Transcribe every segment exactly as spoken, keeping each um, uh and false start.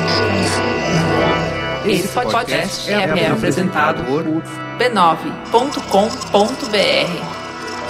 Esse podcast é, é apresentado por b nove ponto com ponto b r.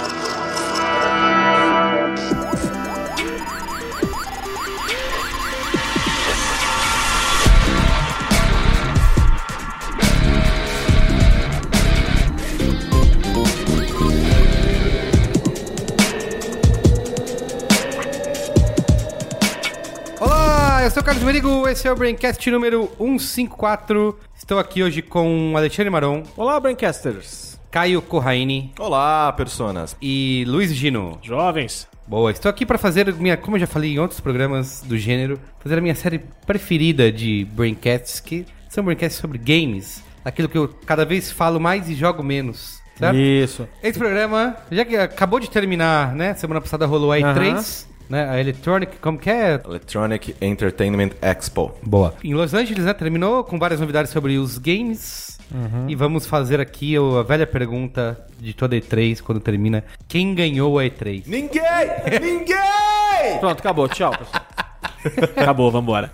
Eu sou o Carlos Merigo, esse é o Braincast número cento e cinquenta e quatro. Estou aqui hoje com Alexandre Maron. Olá, Braincasters. Caio Corraine. Olá, personas. E Luiz Gino. Jovens. Boa, estou aqui para fazer, minha, como eu já falei em outros programas do gênero, fazer a minha série preferida de Braincasts, que são Braincasts sobre games. Aquilo que eu cada vez falo mais e jogo menos. Certo? Isso. Esse programa, já que acabou de terminar, né? Semana passada rolou a E três. Uh-huh. Né, a Electronic, como que é? Electronic Entertainment Expo. Boa. Em Los Angeles, né, terminou com várias novidades sobre os games. Uhum. E vamos fazer aqui a velha pergunta de toda a E três, quando termina. Quem ganhou a E três? Ninguém! Ninguém! Pronto, acabou. Tchau, pessoal. Acabou, vambora.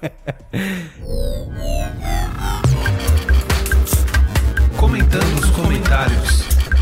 Comentando nos comentários.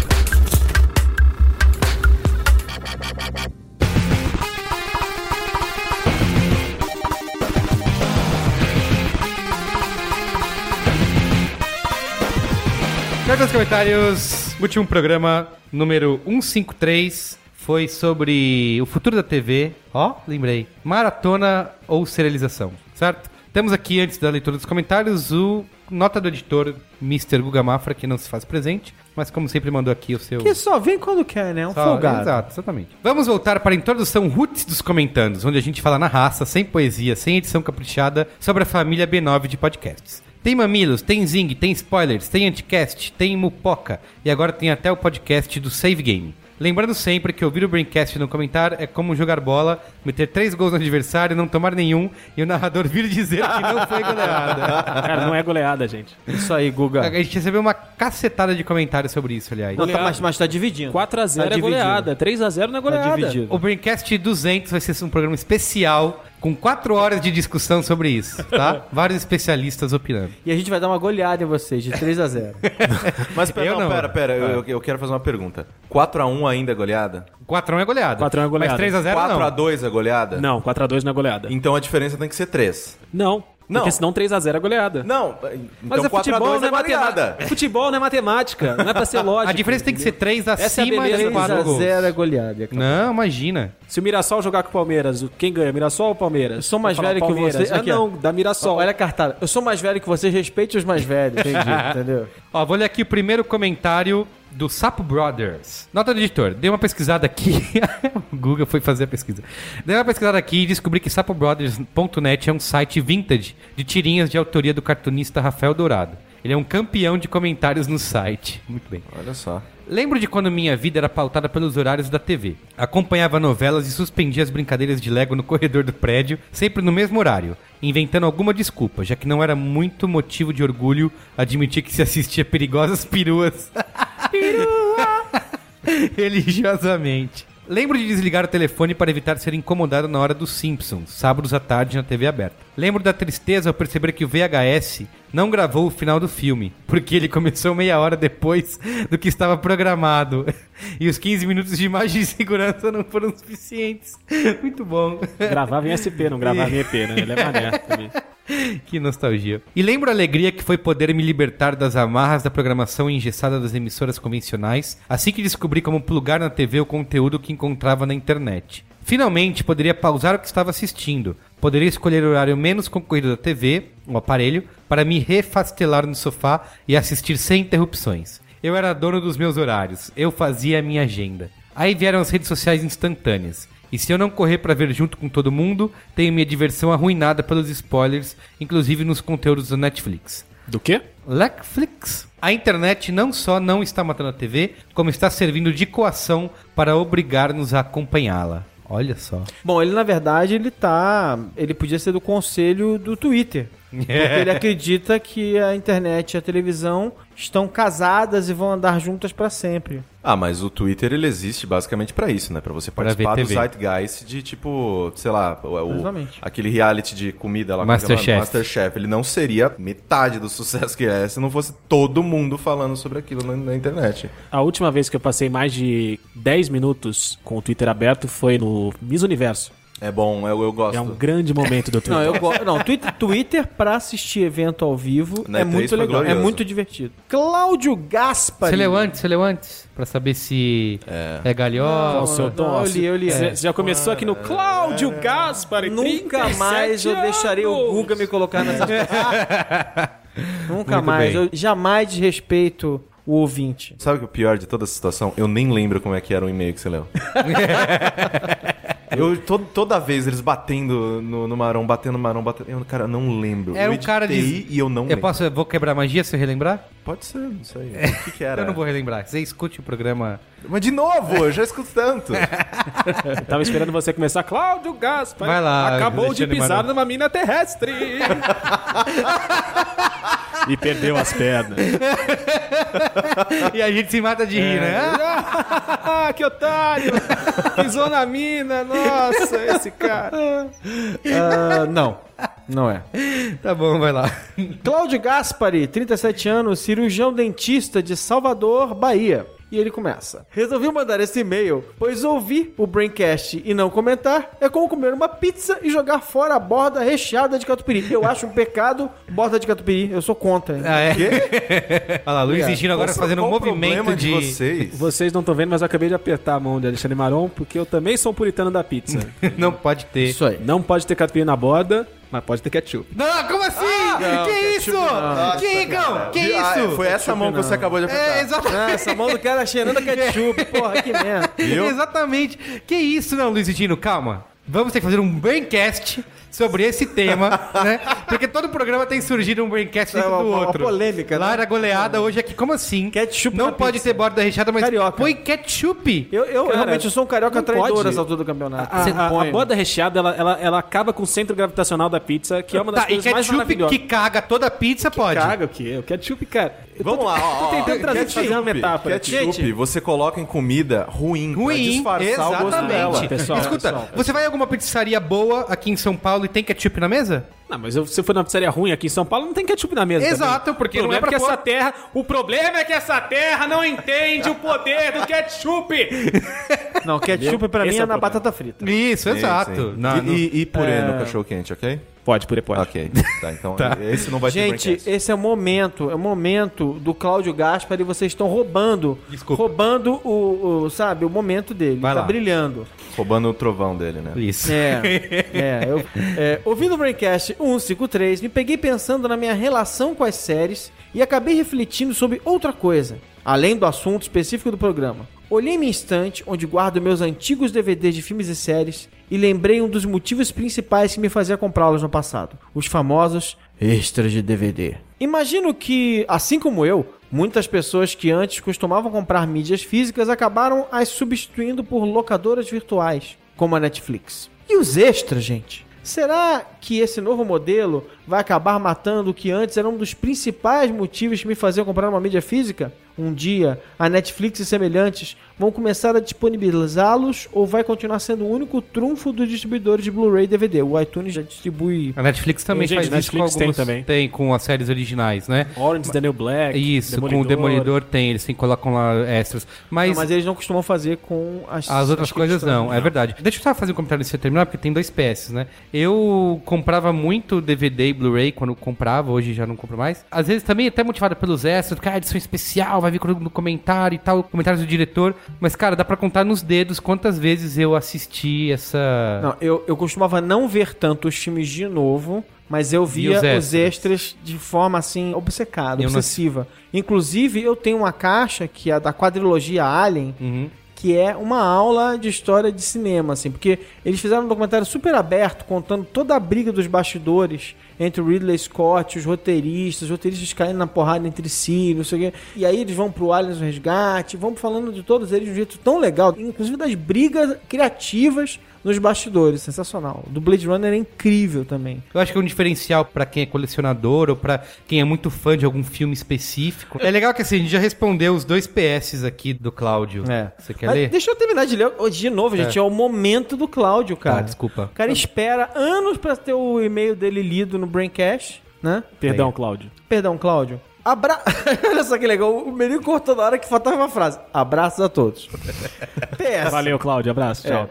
Nos comentários, o último programa, número cento e cinquenta e três, foi sobre o futuro da T V. Ó, oh, lembrei. Maratona ou serialização, certo? Temos aqui, antes da leitura dos comentários, o nota do editor, mister Guga Mafra, que não se faz presente, mas como sempre mandou aqui o seu... Que só vem quando quer, né? Um só, folgado. Exato, exatamente. Vamos voltar para a introdução roots dos comentandos, onde a gente fala na raça, sem poesia, sem edição caprichada, sobre a família B nove de podcasts. Tem mamilos, tem zing, tem spoilers, tem anticast, tem mupoca e agora tem até o podcast do Save Game. Lembrando sempre que ouvir o Braincast no comentário é como jogar bola, meter três gols no adversário, não tomar nenhum e o narrador vir dizer que não foi goleada. Cara, não é goleada, gente. Isso aí, Guga. A gente recebeu uma cacetada de comentários sobre isso, aliás. Não, tá, mas, mas tá dividindo. quatro a zero tá é goleada, três a zero não é goleada. Tá dividido. O Braincast duzentos vai ser um programa especial com quatro horas de discussão sobre isso, tá? Vários especialistas opinando. E a gente vai dar uma goleada em vocês, de três a zero. Mas pera, Eu não, não. pera, pera, eu, eu quero fazer uma pergunta. quatro a um ainda é goleada? quatro a um é goleada. quatro a um é goleada. Mas três a zero não. quatro a dois é goleada? Não, quatro a dois não é goleada. Então a diferença tem que ser três. Não, Não. porque senão três a zero é goleada. Não, Mas então é quatro a futebol, dois não é é goleada. matemática. Futebol não é matemática, não é pra ser lógico. A diferença tem que ser três Essa é a acima beleza de do quatro gols. três a zero é goleada. Não, imagina. Se o Mirassol jogar com o Palmeiras, quem ganha? Mirassol ou Palmeiras? Eu sou mais Vou falar velho que Palmeiras. você. Ah, Aqui, ó. não, da Mirassol. Olha a cartada. Eu sou mais velho que vocês, respeite os mais velhos. Entendi, entendeu? Ó, vou ler aqui o primeiro comentário do Sapo Brothers. Nota do editor. Dei uma pesquisada aqui. O Google foi fazer a pesquisa. Dei uma pesquisada aqui e descobri que sapo brothers ponto net é um site vintage de tirinhas de autoria do cartunista Rafael Dourado. Ele é um campeão de comentários no site. Muito bem. Olha só. Lembro de quando minha vida era pautada pelos horários da T V. Acompanhava novelas e suspendia as brincadeiras de Lego no corredor do prédio, sempre no mesmo horário, inventando alguma desculpa, já que não era muito motivo de orgulho admitir que se assistia perigosas peruas. Perua! Religiosamente. Lembro de desligar o telefone para evitar ser incomodado na hora dos Simpsons, sábados à tarde na T V aberta. Lembro da tristeza ao perceber que o V H S não gravou o final do filme, porque ele começou meia hora depois do que estava programado. E os quinze minutos de imagem de segurança não foram suficientes. Muito bom. Gravava em S P, não gravava em E P, né? Ele é mané também. Que nostalgia. E lembro a alegria que foi poder me libertar das amarras da programação engessada das emissoras convencionais, assim que descobri como plugar na T V o conteúdo que encontrava na internet. Finalmente, poderia pausar o que estava assistindo. Poderia escolher o horário menos concorrido da T V, o aparelho, para me refastelar no sofá e assistir sem interrupções. Eu era dono dos meus horários. Eu fazia a minha agenda. Aí vieram as redes sociais instantâneas. E se eu não correr pra ver junto com todo mundo, tenho minha diversão arruinada pelos spoilers, inclusive nos conteúdos da Netflix. Do quê? Netflix. A internet não só não está matando a T V, como está servindo de coação para obrigar-nos a acompanhá-la. Olha só. Bom, ele na verdade, ele tá... Ele podia ser do conselho do Twitter. Porque ele acredita que a internet e a televisão estão casadas e vão andar juntas pra sempre. Ah, mas o Twitter, ele existe basicamente pra isso, né? Pra você Pra participar ver do T V. Zeitgeist de, tipo, sei lá, o, o- Exatamente. aquele reality de comida lá. Masterchef. como é que é? Masterchef. Ele não seria metade do sucesso que é se não fosse todo mundo falando sobre aquilo na, na internet. A última vez que eu passei mais de dez minutos com o Twitter aberto foi no Miss Universo. É bom, eu, eu gosto. É um grande momento do Twitter. Não, eu gosto. Não, Twitter, Twitter pra assistir evento ao vivo Na é E três muito foi legal. É glorioso. muito divertido. Cláudio Gaspari. Você leu antes? Você leu antes? Pra saber se é, Qual o galhofa. seu não, tom? eu li, eu li. Você você já começou aqui no Cláudio Gaspari, Nunca trinta e mais eu sete deixarei o anos. Guga me colocar nessa Nunca Muito mais. bem. Eu jamais desrespeito o ouvinte. Sabe o que é o pior de toda essa situação? Eu nem lembro como é que era o e-mail que você leu. eu, to- toda vez eles batendo no, no Marão, batendo no Marão, batendo... Eu, cara, não lembro. Era eu um cara de- editei e eu não Eu lembro. posso, eu vou quebrar magia se eu relembrar? Pode ser, não sei. O que que era? Eu não vou relembrar. Você escute o programa. Mas de novo, eu já escuto tanto. Eu tava esperando você começar. Cláudio Gaspari Vai lá, acabou de Alexandre pisar Marão. numa mina terrestre. E perdeu as pernas. E a gente se mata de rir, né? Ah, que otário! Pisou na mina, nossa, esse cara. Ah, não, não é. Tá bom, vai lá. Cláudio Gaspari, trinta e sete anos, cirurgião dentista de Salvador, Bahia. E ele começa. Resolvi mandar esse e-mail, pois ouvir o Braincast e não comentar é como comer uma pizza e jogar fora a borda recheada de catupiry. Eu acho um pecado borda de catupiry. Eu sou contra. Ah, é? Olha lá, Luiz e Gino agora fazendo um Qual o movimento problema de... vocês? Vocês não estão vendo, mas eu acabei de apertar a mão de Alexandre Maron, porque eu também sou um puritano da pizza. Não pode ter. Isso aí. Não pode ter catupiry na borda, mas pode ter ketchup. Não, como assim? que isso? que, Igão? Que isso? Ah, foi essa mão que você acabou de apertar. É, exatamente. Ah, essa mão do cara cheirando a ketchup. Porra, que merda. Exatamente. Que isso, não, Luiz e Gino, calma. Vamos ter que fazer um braincast sobre esse tema, né? Porque todo programa tem surgido um braincast dentro É uma- do uma outro. polêmica, né? Lá era goleada, hoje aqui, como assim? Ketchup Não na pode pizza. ter borda recheada, mas Carioca. põe ketchup. Eu, eu Cara, realmente eu sou um carioca não traidor pode. nessa altura do campeonato. A, Você a, a põe. borda recheada, ela, ela, ela acaba com o centro gravitacional da pizza, que é uma das Tá, e coisas mais ketchup maravilhosas. que caga toda a pizza, pode. Caga o quê? O ketchup, cara. Eu Vamos tô, lá, ó, tô ó, tentando ó, trazer ketchup, fazer uma metáfora. aqui. Ketchup, você coloca em comida ruim, pra Ruim, disfarçar o gosto dela. exatamente. Pessoal, Escuta, pessoal, você vai em alguma pizzaria boa aqui em São Paulo e tem ketchup na mesa? Não, mas eu, se eu for numa pizzaria ruim aqui em São Paulo, não tem ketchup na mesa. Exato, também. porque o não problema é pra que essa pôr- terra, o problema é que essa terra não entende o poder do ketchup. Não, ketchup pra Esse mim é é o na problema. batata frita. Isso, Sim, exato. sim. Na- e, no- e, e purê no cachorro quente, ok? Pode, purê, pode. Ok. Tá, então esse não vai ter Gente, braincast. esse é o momento, é o momento do Cláudio Gaspar e vocês estão roubando, Desculpa. roubando o, o, sabe, o momento dele. Vai tá lá. brilhando. Roubando o trovão dele, né? Isso. É, é, eu, é, ouvindo o Braincast cento e cinquenta e três, me peguei pensando na minha relação com as séries e acabei refletindo sobre outra coisa, além do assunto específico do programa. Olhei minha estante, onde guardo meus antigos D V Ds de filmes e séries, e lembrei um dos motivos principais que me fazia comprá-los no passado. Os famosos extras de D V D. Imagino que, assim como eu, muitas pessoas que antes costumavam comprar mídias físicas acabaram as substituindo por locadoras virtuais, como a Netflix. E os extras, gente? Será que esse novo modelo vai acabar matando o que antes era um dos principais motivos que me faziam comprar uma mídia física? Um dia, a Netflix e semelhantes vão começar a disponibilizá-los ou vai continuar sendo o único trunfo dos distribuidores de Blu-ray e D V D? O iTunes já distribui... A Netflix também Gente, faz isso Netflix com tem algumas... também. Tem com as séries originais, né? Orange, Daniel Black. Isso, com o Demolidor tem, eles sim, colocam lá extras. Mas, Não, mas eles não costumam fazer com as... as outras as coisas questões. não, é verdade. Deixa eu só fazer um comentário antes de você terminar, porque tem dois P S, né? Eu comprava muito D V D e Blu-ray quando comprava, hoje já não compro mais. Às vezes também até motivado pelos extras, porque a edição especial vai vir no comentário e tal, comentários do diretor. Mas, cara, dá pra contar nos dedos quantas vezes eu assisti essa... Não, eu, eu costumava não ver tanto os filmes de novo, mas eu via os os extras? extras. de forma, assim, obcecada, Eu não- obsessiva. Inclusive, eu tenho uma caixa que é da quadrilogia Alien, Uhum. que é uma aula de história de cinema, assim, porque eles fizeram um documentário super aberto, contando toda a briga dos bastidores entre o Ridley Scott, os roteiristas, os roteiristas caindo na porrada entre si, não sei o quê. E aí eles vão pro Aliens no Resgate, vão falando de todos eles de um jeito tão legal, inclusive das brigas criativas nos bastidores, sensacional. Do Blade Runner é incrível também. Eu acho que é um diferencial pra quem é colecionador ou pra quem é muito fã de algum filme específico. É legal que assim, a gente já respondeu os dois P S aqui do Cláudio. É. Você quer Mas ler? deixa eu terminar de ler de novo, gente. É o momento do Cláudio, cara. Tá, desculpa. O cara espera anos pra ter o e-mail dele lido no Braincast, né? Perdão, Cláudio. Perdão, Cláudio. Abra... Olha só que legal. O menino cortou na hora que faltava uma frase. Abraços a todos. P S. Valeu, Cláudio. Abraço. Tchau.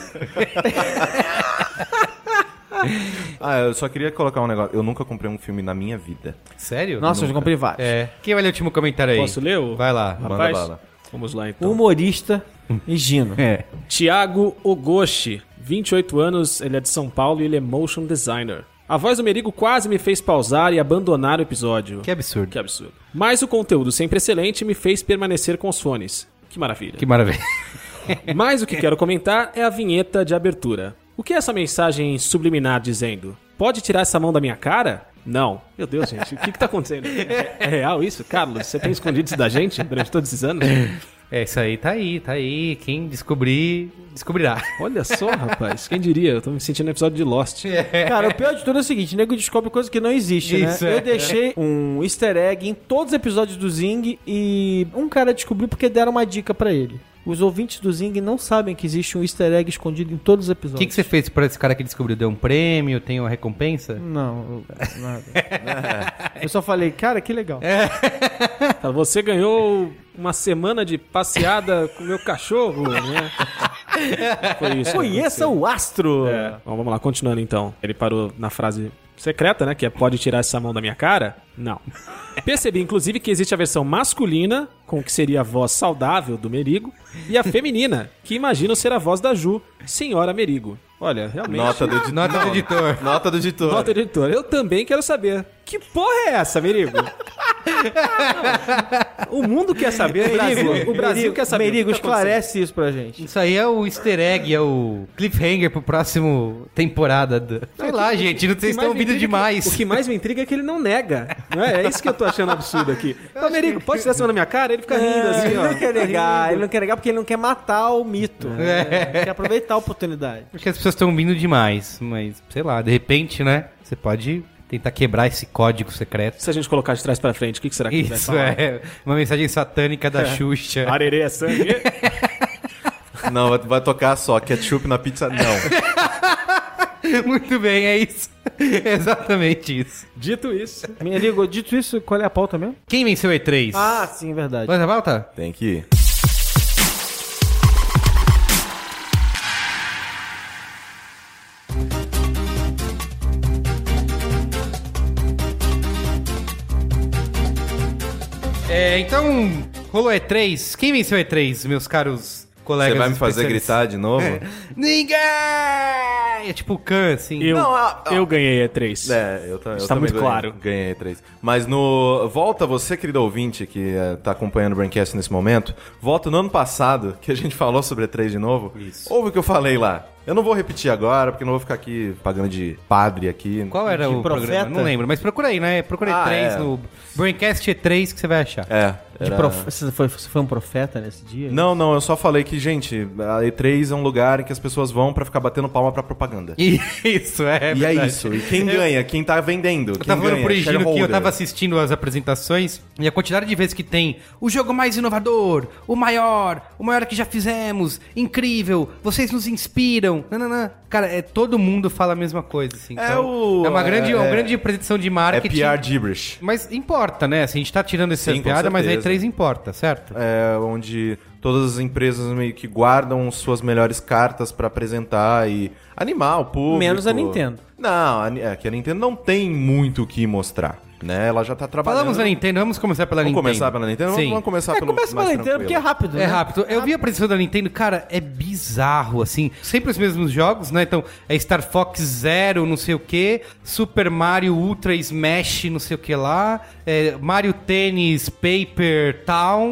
Ah, eu só queria colocar um negócio. Eu nunca comprei um filme na minha vida. Sério? Nossa, eu já comprei vários. É. Quem vai ler o último comentário aí? Posso ler? O... Vai lá. Manda Rapaz, bala. vamos lá então. Humorista e Gino. É. Tiago Ogoshi, vinte e oito anos, ele é de São Paulo e ele é motion designer. A voz do Merigo quase me fez pausar e abandonar o episódio. Que absurdo. Que absurdo. Mas o conteúdo sempre excelente me fez permanecer com os fones. Que maravilha. Que maravilha. Mas o que quero comentar é a vinheta de abertura. O que é essa mensagem subliminar dizendo? Pode tirar essa mão da minha cara? Não. Meu Deus, gente, o que que tá acontecendo? É, é real isso? Carlos, você tem escondido isso da gente durante todos esses anos? É, isso aí tá aí, tá aí. Quem descobrir, descobrirá. Olha só, rapaz, quem diria? Eu tô me sentindo no episódio de Lost. Cara, o pior de tudo é o seguinte, o nego descobre coisa que não existe, Isso, né? é. Eu deixei um easter egg em todos os episódios do Zing e um cara descobriu porque deram uma dica pra ele. Os ouvintes do Zing não sabem que existe um easter egg escondido em todos os O episódios. que, que você fez pra esse cara que descobriu? Deu um prêmio? Tem uma recompensa? Não, eu, nada. Eu só falei, cara, que legal. Fala, você ganhou uma semana de passeada com meu cachorro, né? Foi isso. que Conheça o astro. É. Bom, vamos lá, continuando então. Ele parou na frase secreta, né? Que é pode tirar essa mão da minha cara? Não. Percebi, inclusive, que existe a versão masculina, com o que seria a voz saudável do Merigo, e a feminina, que imagino ser a voz da Ju, senhora Merigo. Olha, realmente... Nota do editor. Nota do editor. Nota do editor. Nota do editor. Eu também quero saber. Que porra é essa, Merigo? O mundo quer saber, o Brasil, o Brasil Merigo, quer saber. Merigo, o que tá acontecendo. esclarece isso pra gente. Isso aí é o easter egg, é o cliffhanger pro próximo temporada. Do... Sei lá, gente, não O que vocês mais estão me ouvindo intriga- demais. O que mais me intriga é que ele não nega. Não é? É isso que eu tô achando absurdo aqui. Então, Merigo, pode tirar essa mão na minha cara? Ele fica rindo assim, ele ó. não quer Fica negar, rindo. ele não quer negar porque ele não quer matar o mito. né? Ele quer aproveitar a oportunidade. Acho que as pessoas estão ouvindo demais, mas sei lá, de repente, né? Você pode tentar quebrar esse código secreto. Se a gente colocar de trás pra frente, o que, que será que ele vai Isso falar? é uma mensagem satânica da Xuxa. Arerê é sangue. Não, vai, vai tocar só. Ketchup na pizza, não. Muito bem, é isso. É exatamente isso. Dito isso. Merigo, dito isso, qual é a pauta mesmo? Quem venceu o E três? Ah, sim, verdade. Vamos à pauta? Tem que ir. É, então, rolou E três. Quem venceu o E três, meus caros colegas? Você vai me fazer especialistas? gritar de novo? Ninguém! É tipo o Khan, assim. Eu, Não, ah, ah. eu ganhei E três. É, eu, ta- eu Está também muito ganhei, claro. ganhei três. Mas no... Volta você, querido ouvinte, que eh, tá acompanhando o Braincast nesse momento. Volta no ano passado, que a gente falou sobre E três de novo. Isso. Ouve o que eu falei lá. Eu não vou repetir agora, porque eu não vou ficar aqui pagando de padre aqui. Qual era De o profeta? programa? Não lembro, mas procura aí, né? Procura Ah, E três é. no Braincast E três que você vai achar. É. De era- prof... você, foi, você foi um profeta nesse dia? Não, não, eu só falei que, gente, a E três é um lugar em que as pessoas vão pra ficar batendo palma pra propaganda. Isso, é e é verdade. isso. E quem ganha? Quem tá vendendo? Eu Quem tava falando ganha? pro Egino que eu Shareholder. tava assistindo as apresentações e a quantidade de vezes que tem o jogo mais inovador, o maior, o maior que já fizemos, incrível, vocês nos inspiram, nananã. Cara, é, todo mundo fala a mesma coisa, assim. É Então, o- é uma grande, é- uma grande apresentação de É marketing. P R gibberish. Mas importa, né? Assim, a gente tá tirando essa Sim, com piada, mas a E certeza. três importa, certo? É, onde todas as empresas meio que guardam suas melhores cartas pra apresentar e animar o público. Menos a Nintendo. Não, a, Ni- é que a Nintendo não tem muito o que mostrar, né? Ela já tá trabalhando. Falamos da Nintendo, vamos começar pela Vamos Nintendo. começar pela Nintendo? Sim. Vamos começar É, pelo começa mais pela Nintendo porque é tranquilo. rápido, É né? rápido. Eu vi a apresentação da Nintendo, cara, é bizarro, assim. Sempre os mesmos jogos, né? Então, é Star Fox Zero, não sei o que, Super Mario Ultra Smash, não sei o que lá, é Mario Tennis Paper Town.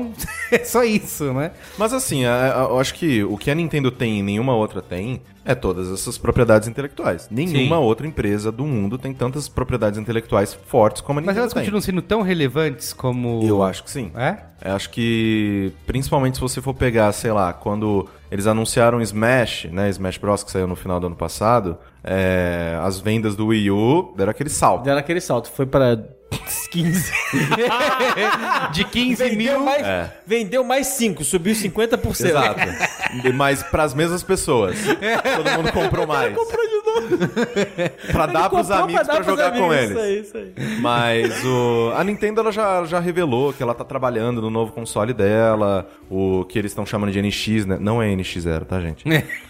É só isso, né? Mas assim, a- a- eu acho que o que a Nintendo tem e nenhuma outra tem é todas essas propriedades intelectuais. Nenhuma Sim. outra empresa do mundo tem tantas propriedades intelectuais fortes como a Mas Nintendo elas tem. continuam sendo tão relevantes como... Eu acho que sim. É? Eu acho que, principalmente se você for pegar, sei lá, quando eles anunciaram Smash, né, Smash Bros, que saiu no final do ano passado, é, as vendas do Wii U deram aquele salto. Deram aquele salto. Foi para quinze. De quinze Vendeu mil... mais, É. vendeu mais cinco, subiu cinquenta por cento. Exato. Mas pras mesmas pessoas. Todo mundo comprou mais. Comprou de novo. Pra dar pros Comprou amigos pra, dar pros jogar com amigos, eles. Isso aí, isso aí. Mas o, a Nintendo ela já, já revelou que ela tá trabalhando no novo console dela, o que eles estão chamando de N X, né? Não é N X zero, tá, gente?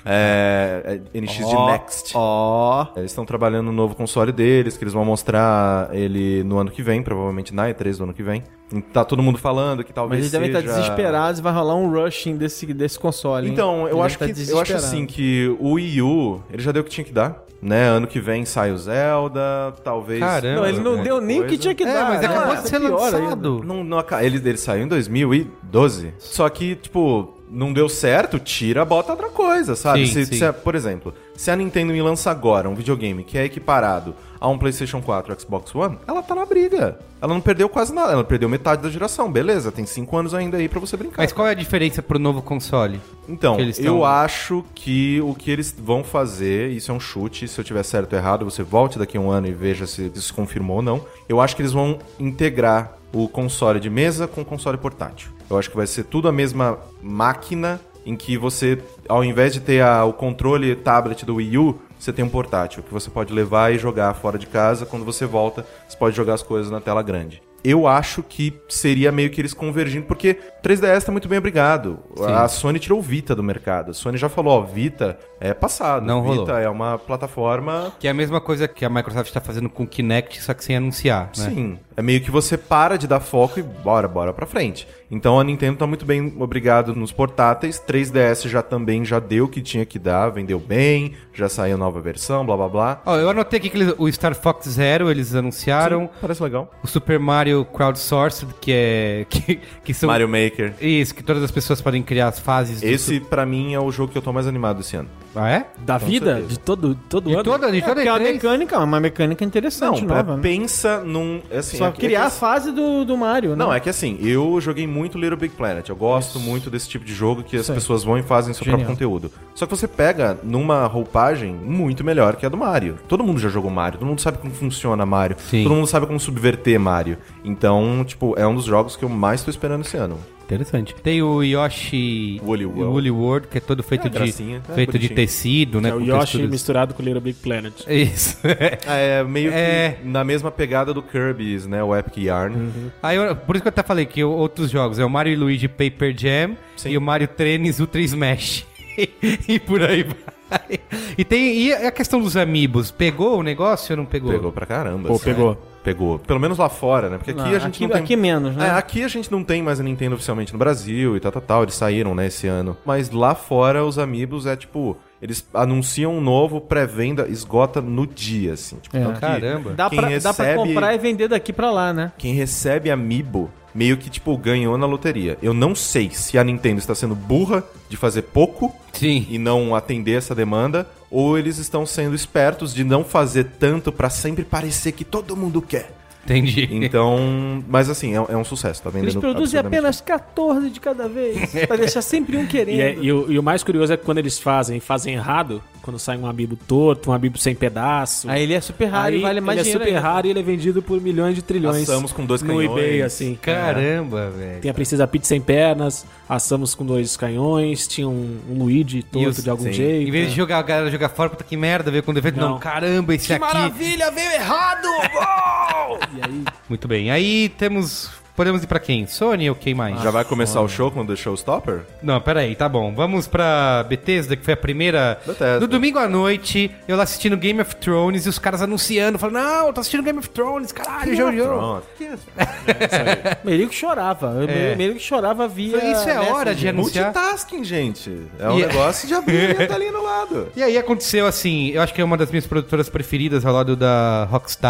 É, é N X de Ó, Next. Ó. Eles estão trabalhando no novo console deles, que eles vão mostrar ele no ano que vem, provavelmente na E três do ano que vem. E tá todo mundo falando que Mas talvez eles devem seja... estar desesperados e vai rolar um rushing desse, desse console. hein? Então, eu Eles acho, que, devem estar eu acho desesperados. assim que o Wii U, ele já deu o que tinha que dar, né? Ano que vem sai o Zelda, talvez... Caramba. Não, ele não alguma deu nem o que coisa. tinha que É, dar. mas Não, acabou é de ser pior lançado. ainda. Não, não, aca- ele, ele saiu em dois mil e doze. Só que, tipo, não deu certo, tira, bota outra coisa, sabe? Sim, se, sim. se a- por exemplo, se a Nintendo me lança agora um videogame que é equiparado a um PlayStation quatro ou Xbox One, ela tá na briga. Ela não perdeu quase nada, ela perdeu metade da geração. Beleza, tem cinco anos ainda aí pra você brincar. Mas qual é a diferença pro novo console? Então, que eles eu tão- acho que o que eles vão fazer, isso é um chute, se eu tiver certo ou errado, você volte daqui a um ano e veja se isso se confirmou ou não. Eu acho que eles vão integrar o console de mesa com o console portátil. Eu acho que vai ser tudo a mesma máquina em que você, ao invés de ter a- o controle tablet do Wii U, você tem um portátil que você pode levar e jogar fora de casa. Quando você volta, você pode jogar as coisas na tela grande. Eu acho que seria meio que eles convergindo, porque três D S tá muito bem obrigado. A Sony tirou o Vita do mercado. A Sony já falou, ó, Vita é passado. Não Vita rolou. é uma plataforma... Que é a mesma coisa que a Microsoft tá fazendo com o Kinect, só que sem anunciar, né? Sim, é meio que você para de dar foco e bora, bora pra frente. Então a Nintendo tá muito bem obrigado nos portáteis. três D S já também já deu o que tinha que dar, vendeu bem, já saiu nova versão, blá blá blá. Ó, eu anotei aqui que eles- o Star Fox Zero eles anunciaram. Sim, parece legal. O Super Mario Crowdsourced, que é... Que, que são... Mario Maker. Isso, que todas as pessoas podem criar as fases. do Esse, pra mim, é o jogo que eu tô mais animado esse ano. Su- Ah, é? Da vida? certeza. De todo, todo De ano? toda, de É, toda porque é uma E três. mecânica, uma mecânica interessante, Não, nova, é, né? pensa num... Assim, Só é que- criar é a que- fase do, do Mario, né? Não, é que assim, eu joguei muito Little Big Planet. Eu gosto muito desse tipo de jogo que as Isso aí. pessoas vão e fazem seu Genial. próprio conteúdo. Só que você pega numa roupagem muito melhor que a do Mario. Todo mundo já jogou Mario, todo mundo sabe como funciona Mario, Sim. todo mundo sabe como subverter Mario. Então, tipo, é um dos jogos que eu mais tô esperando esse ano. Interessante. Tem o Yoshi Woolly World. Woolly World, que é todo feito É, de gracinha, é feito de bonitinho. tecido, né? É o com Yoshi texturas- misturado com o Little Big Planet. Isso. É meio que É. na mesma pegada do Kirby's, né? O Epic Yarn. Aí, eu- por isso que eu até falei que o- outros jogos é o Mario e Luigi Paper Jam Sim. e o Mario Tennis Ultra Smash. E por aí vai. E tem e a questão dos amiibos, pegou o negócio ou não pegou? Pegou pra caramba. Pô, assim. pegou. Pegou. Pelo menos lá fora, né? Porque aqui Não, a gente aqui- não tem... aqui menos, né? É, aqui a gente não tem mais a Nintendo oficialmente no Brasil e tal, tal, tal. Eles saíram, né, esse ano. Mas lá fora, os Amiibos é tipo... Eles anunciam um novo, pré-venda, esgota no dia, assim. Tipo, É. tanto que Caramba. Dá quem pra, dá pra recebe- comprar e vender daqui pra lá, né? Quem recebe Amiibo meio que, tipo, ganhou na loteria. Eu não sei se a Nintendo está sendo burra de fazer pouco Sim. e não atender essa demanda, ou eles estão sendo espertos de não fazer tanto pra sempre parecer que todo mundo quer. Entendi. Então, mas assim, é, é um sucesso, tá vendendo Eles produzem absurdamente apenas quatorze de cada vez, pra deixar sempre um querendo. E, é- e o, e o mais curioso é que quando eles fazem, fazem errado, quando sai um amiibo torto, um amiibo sem pedaço. Aí ele é super raro aí e vale mais ele é dinheiro super ainda. raro e ele é vendido por milhões de trilhões. Assamos com dois no canhões. eBay, assim. Caramba, velho. Tem a Princesa Peach sem pernas, assamos com dois canhões, tinha um, um Luigi torto os- de algum sim. jeito. Em vez de jogar a galera jogar fora, puta que merda, veio com defeito. Não, Não. caramba, esse aqui. Maravilha, veio errado! Uou! E aí, Muito bem. Aí temos. Podemos ir pra quem? Sony ou quem mais? Já vai começar o show quando o Showstopper? Não, pera aí, tá bom. Vamos pra Bethesda, que foi a primeira. Bethesda. No domingo à noite, eu lá assistindo Game of Thrones e os caras anunciando, falando: Não, eu tô assistindo Game of Thrones, caralho, Jojo. Pronto. Merigo chorava. É. Merigo chorava via. Isso é hora de Messenger. anunciar. Multitasking, gente. É um E- negócio de abrir e tá ali no lado. E aí aconteceu assim, eu acho que é uma das minhas produtoras preferidas ao lado da Rockstar,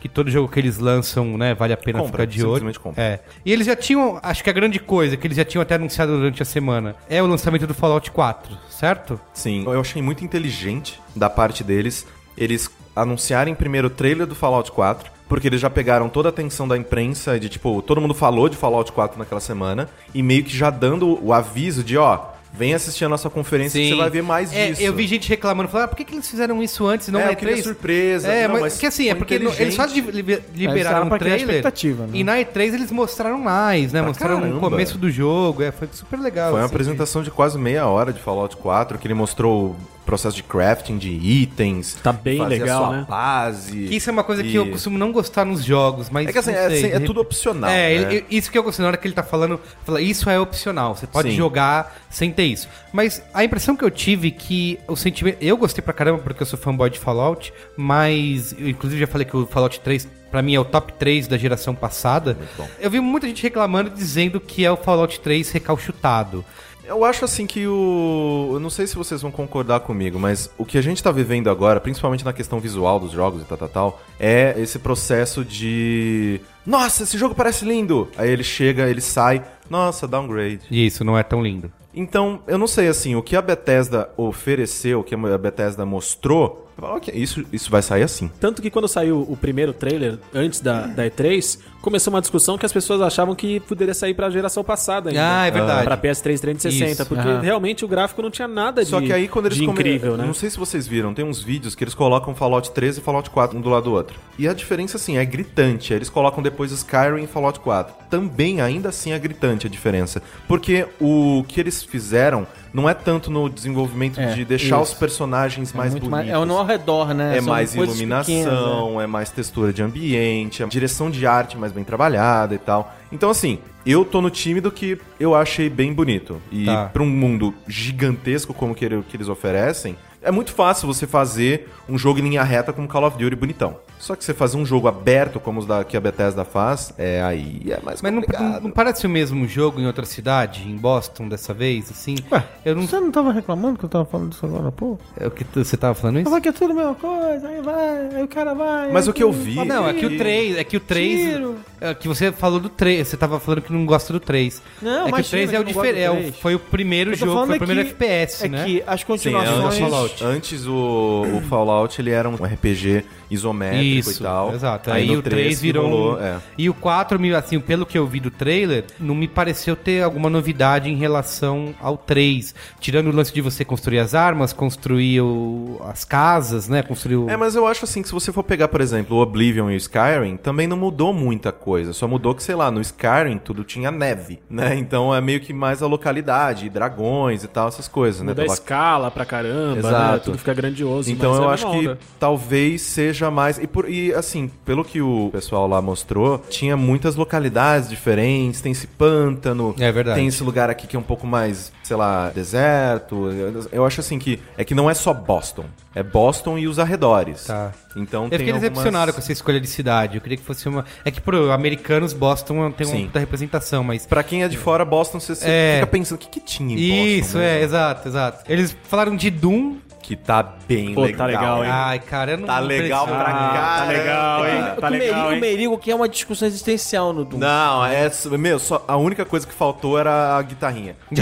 que todo jogo que eles lançam, né, vale a pena Compra, ficar de olho. simplesmente compra. É. E eles já tinham, acho que a grande coisa, que eles já tinham até anunciado durante a semana, é o lançamento do Fallout quatro, certo? Sim, eu achei muito inteligente da parte deles eles anunciarem primeiro o trailer do Fallout quatro, porque eles já pegaram toda a atenção da imprensa, de tipo, todo mundo falou de Fallout quatro naquela semana, e meio que já dando o aviso de, ó, vem assistir a nossa conferência que você vai ver mais é, disso. Eu vi gente reclamando, falando, ah, por que, que eles fizeram isso antes e não É, na eu E queria três? surpresa. É, Não, mas, mas que assim, é foi porque no- eles só inteligente. li- li- liberaram Liberaram um pra criar trailer expectativa, né? e na E três eles mostraram mais, né? Pra mostraram caramba. o começo do jogo, é, foi super legal. Foi uma assim, apresentação de quase meia hora de Fallout quatro, que ele mostrou o processo de crafting de itens. Tá bem fazer legal, a sua né? base. Que isso é uma coisa que e- eu costumo não gostar nos jogos, mas É que assim, não é, sei, assim, é de- tudo opcional. É, né? ele- ele- isso que eu gostei, na hora que ele tá falando, fala, isso é opcional, você pode Sim. jogar sem ter isso. Mas a impressão que eu tive que o sentimento, eu gostei pra caramba porque eu sou fanboy de Fallout, mas eu inclusive já falei que o Fallout três pra mim é o top três da geração passada. bom. Eu vi muita gente reclamando dizendo que é o Fallout três recalchutado. Eu acho assim que o... Eu não sei se vocês vão concordar comigo, mas o que a gente tá vivendo agora, principalmente na questão visual dos jogos e tal, tal, tal, é esse processo de... Nossa, esse jogo parece lindo! Aí ele chega, ele sai, nossa, downgrade. E isso não é tão lindo. Então, eu não sei, assim, o que a Bethesda ofereceu, o que a Bethesda mostrou, eu falo, ok, isso, isso vai sair assim. Tanto que quando saiu o primeiro trailer, antes da, da E três, começou uma discussão que as pessoas achavam que poderia sair pra geração passada ainda. Ah, é verdade. Pra P S três trezentos e sessenta, Isso. porque Aham. realmente o gráfico não tinha nada de, Só que aí quando eles de come- incrível, né? Não sei se vocês viram, tem uns vídeos que eles colocam Fallout três e Fallout quatro um do lado do outro. E a diferença, assim, é gritante. Aí eles colocam depois Skyrim e Fallout quatro. Também, ainda assim, é gritante a diferença. Porque o que eles fizeram não é tanto no desenvolvimento É, de deixar isso. os personagens mais muito bonitos. mais, é no ao redor, né? É São mais coisas iluminação, pequenas, né? é mais textura de ambiente, é direção de arte mais bem trabalhada e tal. Então, assim, eu tô no time do que eu achei bem bonito. E Tá. pra um mundo gigantesco como que, ele- que eles oferecem, é muito fácil você fazer um jogo em linha reta como Call of Duty bonitão. Só que você fazer um jogo aberto como os da, que a Bethesda faz, é aí é mais Mas não, complicado. não, não parece o mesmo jogo em outra cidade, em Boston dessa vez, assim? Ué, eu não Você não tava reclamando que eu tava falando disso agora, pô? É o que tu- você tava falando isso? Tava que é tudo a mesma coisa, aí vai, aí o cara vai. Mas aí o que eu tudo- vi- Ah, não, é que o E- três, é que o três, Tiro. é que você falou do três, você tava falando que não gosta do três. Não, é que imagina o três que é o eu não gosto diferente, do é o- três. foi o primeiro Eu tô jogo, falando foi o é primeiro que- F P S, é né? que as Sim, continuações... antes, Fallout. antes o, o Fallout ele era um R P G isométrico Isso, e tal. exato. Aí, Aí, no o três que virou rolou, um... é. E o quatro, me- assim, pelo que eu vi do trailer, não me pareceu ter alguma novidade em relação ao três. Tirando o lance de você construir as armas, construir o- as casas, né? Construir o... É, mas eu acho assim que se você for pegar, por exemplo, o Oblivion e o Skyrim, também não mudou muita coisa. Só mudou que, sei lá, no Skyrim tudo tinha neve, né? Então é meio que mais a localidade, dragões e tal, essas coisas, né? Muda a Tava- escala pra caramba, né? Exato. Tudo fica grandioso. Então mas eu é a acho mesma que onda. talvez seja mais. E, por, e assim, pelo que o pessoal lá mostrou, tinha muitas localidades diferentes. Tem esse pântano, É verdade. tem esse lugar aqui que é um pouco mais, sei lá, deserto. Eu, eu acho assim que é que não é só Boston, é Boston e os arredores. Tá. Então Eu tem fiquei algumas... decepcionado com essa escolha de cidade. Eu queria que fosse uma... É que pro americanos, Boston tem uma Sim. puta representação, mas... Pra quem é de fora, Boston, você, você É. fica pensando, o que, que tinha em Isso, Boston? é, mesmo? exato, exato. Eles falaram de Doom. Que tá bem Pô, legal. tá legal, hein? Ai, cara, eu não... Tá não legal preciso. pra Ah, caramba. tá legal, hein? O Tá Merigo, legal, o hein? Merigo que é uma discussão existencial no Doom. Não, é. Meu, só, a única coisa que faltou era a guitarrinha. E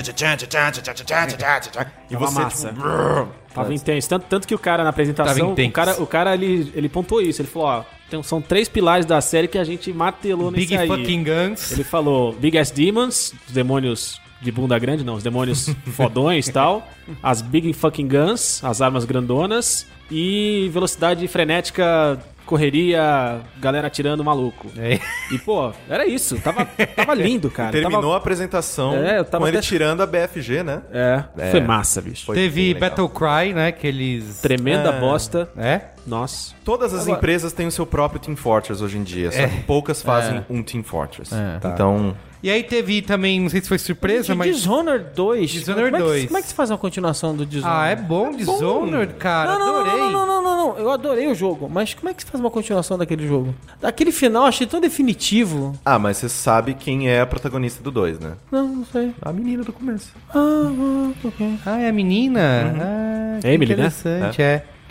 Tava você, massa. tipo. brrr. Tava intenso. Tanto, tanto que o cara na apresentação, Tava intenso. o cara, o cara ele, ele pontuou isso. Ele falou, ó, tem- são três pilares da série que a gente martelou nesse Big aí. fucking guns. Ele falou Big Ass Demons, os demônios de bunda grande, não, os demônios fodões e tal. As Big Fucking Guns, as armas grandonas. E velocidade frenética, correria, galera atirando maluco. É. E, pô, era isso. Tava, tava lindo, cara. Terminou Tava- a apresentação É, eu tava com ele até- tirando a B F G, né? É, É. foi massa, bicho. Foi Teve bem legal. Battle Cry, né? Que eles... Tremenda É. bosta. É? Nossa. Todas as Agora- empresas têm o seu próprio Team Fortress hoje em dia, só que poucas fazem um Team Fortress. É. Tá. Então, E aí teve também, não sei se foi surpresa, De mas... Dishonored dois. Dishonored como é que- dois. Como é que se faz uma continuação do Dishonored? Ah, é bom, Dishonored, cara, Não, não, não, adorei. não, não, não, não, não. Eu adorei o jogo. Mas como é que se faz uma continuação daquele jogo? Aquele final eu achei tão definitivo. ah, mas você sabe quem é a protagonista do dois, né? Não, não sei. A menina do começo. Ah, ah, ok. Ah, é a menina? Ah, que Emily, né? interessante, é.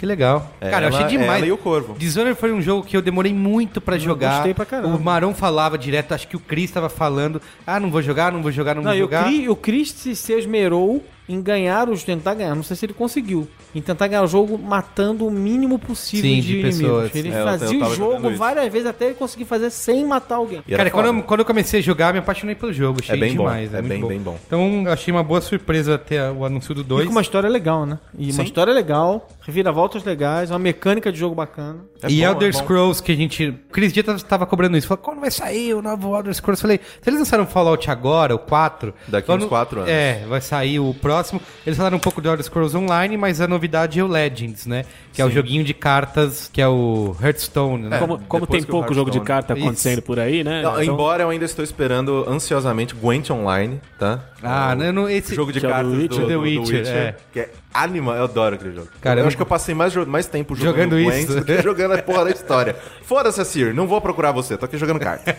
Que legal. É, Cara, eu ela- achei demais. ela e o Corvo. Dishonored foi um jogo que eu demorei muito pra jogar. gostei pra caramba. O Marão falava direto, acho que o Chris tava falando, ah, não vou jogar, não vou jogar, não, Não, vou e o jogar. Chris, o Chris se, se esmerou em ganhar os... Tentar ganhar, não sei se ele conseguiu. Em tentar ganhar o jogo matando o mínimo possível Sim, de, de inimigos. pessoas. Ele É, eu- fazia eu tava o jogando jogo isso. várias vezes até ele conseguir fazer sem matar alguém. E era Cara, quando foda. eu, quando eu comecei a jogar, me apaixonei pelo jogo. Achei bem bom, demais. é muito bem, bem bom. Então, eu achei uma boa surpresa até o anúncio do E dois. com uma história legal, né? E uma Sim. história legal, reviravoltas legais, uma mecânica de jogo bacana. É e bom, Elder é bom. Scrolls, que a gente... O Chris Dia tava cobrando isso. Falou, quando vai sair o novo Elder Scrolls? Eu falei, se eles lançaram Fallout agora, o quatro... Daqui quando- uns quatro anos. É, vai sair o próximo. Eles falaram um pouco do Elder Scrolls Online, mas a novidade é o Legends, né? Que é o joguinho de cartas, que é o Hearthstone, né? Como, como depois tem que o pouco jogo de Hearthstone- carta acontecendo por aí, né? Não, Então, Embora eu ainda estou esperando ansiosamente Gwent Online, tá? Ah, o, não, não, esse... o jogo de que é o cartas do do, Witcher. do, The do Witcher, Witcher, é. que é animal. Eu adoro aquele jogo. Cara, eu eu- acho que eu passei mais, jo- mais tempo jogando, Jogando Gwent isso. do que jogando a porra da história. Foda-se, Assir, não vou procurar você, tô aqui jogando carta.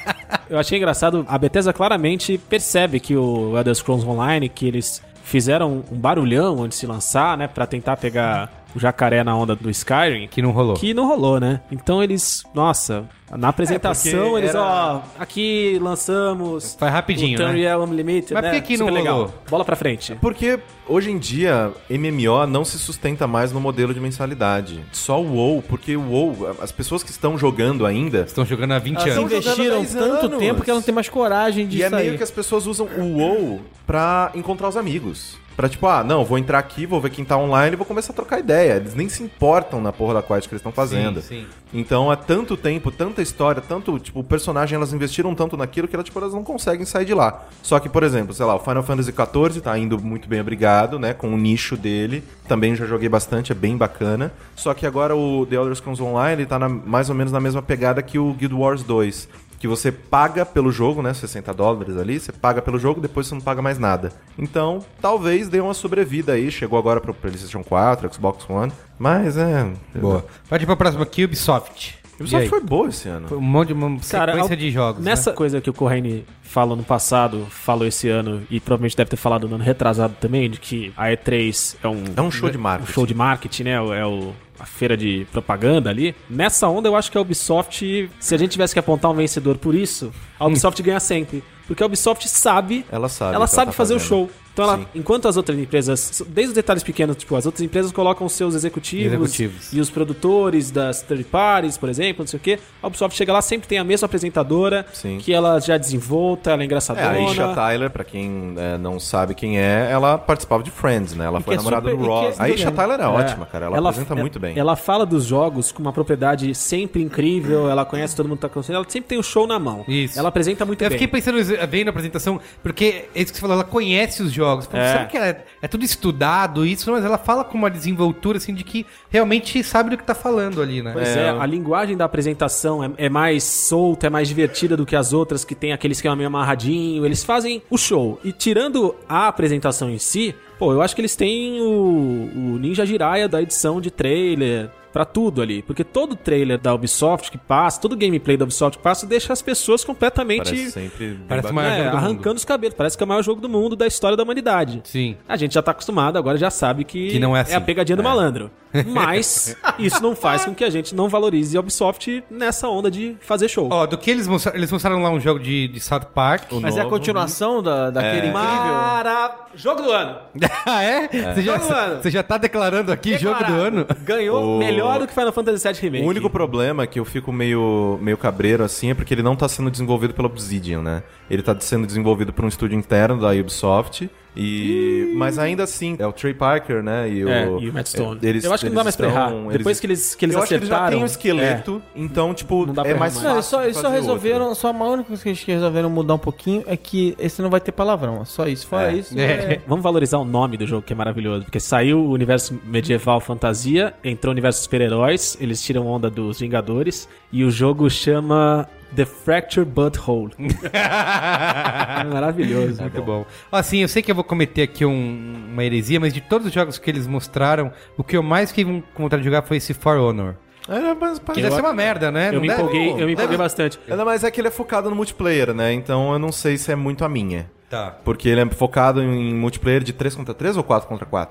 Eu achei engraçado, a Bethesda claramente percebe que o Elder Scrolls Online, que eles fizeram um barulhão antes de se lançar, né, pra tentar pegar o jacaré na onda do Skyrim, Que não rolou. que não rolou, né? Então eles, nossa, na apresentação porque eles, era- ó, aqui lançamos Foi rapidinho, o né? Unreal Unlimited, Mas né? por que que não Super legal. rolou? Bola pra frente. Porque hoje em dia, M M O não se sustenta mais no modelo de mensalidade. Só o WoW, porque o WoW, as pessoas que estão jogando ainda... Estão jogando há vinte Elas anos. Estão jogando investiram dez tanto anos. tempo que ela não tem mais coragem de E é sair. meio que as pessoas usam o WoW pra encontrar os amigos. Pra tipo, ah, não, vou entrar aqui, vou ver quem tá online e vou começar a trocar ideia. Eles nem se importam na porra da quest que eles estão fazendo. Sim, sim. Então é tanto tempo, tanta história, tanto, tipo, o personagem, elas investiram tanto naquilo que elas, tipo, elas não conseguem sair de lá. Só que, por exemplo, sei lá, o Final Fantasy quatorze tá indo muito bem, obrigado, né, com o nicho dele. Também já joguei bastante, é bem bacana. Só que agora o The Elder Scrolls Online, ele tá na- mais ou menos na mesma pegada que o Guild Wars dois. Que você paga pelo jogo, né? sessenta dólares ali, você paga pelo jogo, depois você não paga mais nada. Então, talvez dê uma sobrevida aí. Chegou agora pro PlayStation quatro, Xbox One. Mas é. Boa. Pode ir pra próxima aqui, Ubisoft. O E Ubisoft aí? foi boa esse ano. Foi um monte de uma Cara, sequência ao- de jogos. Nessa né? coisa que o Corraine falou no passado, falou esse ano e provavelmente deve ter falado no ano retrasado também, de que a E três é um, É um show de marketing. um show de marketing, né? É o, a feira de propaganda ali. Nessa onda, eu acho que a Ubisoft, se a gente tivesse que apontar um vencedor por isso, a Ubisoft ganha sempre. Porque a Ubisoft sabe, Ela sabe. ela o que sabe tá fazer o fazendo. show. Então, ela, Sim. enquanto as outras empresas, desde os detalhes pequenos, tipo, as outras empresas colocam os seus executivos, Executivos. e os produtores das third parties, por exemplo, não sei o quê, a Ubisoft chega lá, sempre tem a mesma apresentadora, Sim. que ela já desenvolta, ela é É, engraçadona. a Isha Tyler, pra quem é, não sabe quem é, ela participava de Friends, né? Ela foi que é namorada super- do e que Ross. é- A Isha Tyler é, É. ótima, cara. Ela, apresenta é- muito bem. Ela fala dos jogos com uma propriedade sempre incrível, ela conhece todo mundo que tá acontecendo, ela sempre tem o show na mão. Isso. Ela apresenta muito Eu bem. fiquei pensando, vendo a apresentação, porque é isso que você falou, ela conhece os jogos. Falei, É. Será que ela é, é tudo estudado, isso? Mas ela fala com uma desenvoltura, assim, de que realmente sabe do que tá falando ali, né? Pois é, a linguagem da apresentação é, é mais solta, é mais divertida do que as outras que tem aquele esquema meio amarradinho. Eles fazem o show. E tirando a apresentação em si, pô, eu acho que eles têm o, o Ninja Jiraiya da edição de trailer pra tudo ali. Porque todo trailer da Ubisoft que passa, todo gameplay da Ubisoft que passa, deixa as pessoas completamente Parece sempre bem Parece bacana. maior é, jogo do arrancando mundo. os cabelos. Parece que é o maior jogo do mundo da história da humanidade. Sim. A gente já tá acostumado, agora já sabe que, Que não é assim. a pegadinha do malandro. Mas isso não faz com que a gente não valorize a Ubisoft nessa onda de fazer show. Ó, do que eles mostraram, eles mostraram lá um jogo de, de South Park. Mas é a novo, continuação da, daquele incrível... Mara... Jogo do ano. ah, é? Você, já, Jogo do ano. você já tá declarando aqui jogo do ano? Ganhou O- melhor do que Final Fantasy sete Remake. O único problema que eu fico meio, meio cabreiro assim é porque ele não tá sendo desenvolvido pela Obsidian, né? Ele tá sendo desenvolvido por um estúdio interno da Ubisoft. E... Mas ainda assim, é o Trey Parker, né? E o, É, e o Matt Stone. Eles, Eu acho que não dá mais pra estão- errar. Depois que eles- que eles eu acho que eles já acertaram, têm o esqueleto, então, tipo, Não dá pra é errar mais mais. fácil. Não, eles só, eles só fazer resolveram, outro. só a única coisa que eles resolveram mudar um pouquinho é que esse não vai ter palavrão, é só isso. Fora É. isso, É. é. Vamos valorizar o nome do jogo, que é maravilhoso. Porque saiu o universo medieval fantasia, entrou o universo super-heróis, eles tiram onda dos Vingadores, e o jogo chama The Fractured Butthole. É maravilhoso. Muito bom. Assim, eu sei que eu vou cometer aqui um- uma heresia, mas de todos os jogos que eles mostraram, o que eu mais fiquei com vontade de jogar foi esse For Honor. É, mas, Que deve ser uma merda, né? Eu Não me deve? empolguei, eu me empolguei Deve- bastante. Ainda mais é que ele é focado no multiplayer, né? Então eu não sei se é muito a minha. Tá. Porque ele é focado em multiplayer de três contra três ou quatro contra quatro?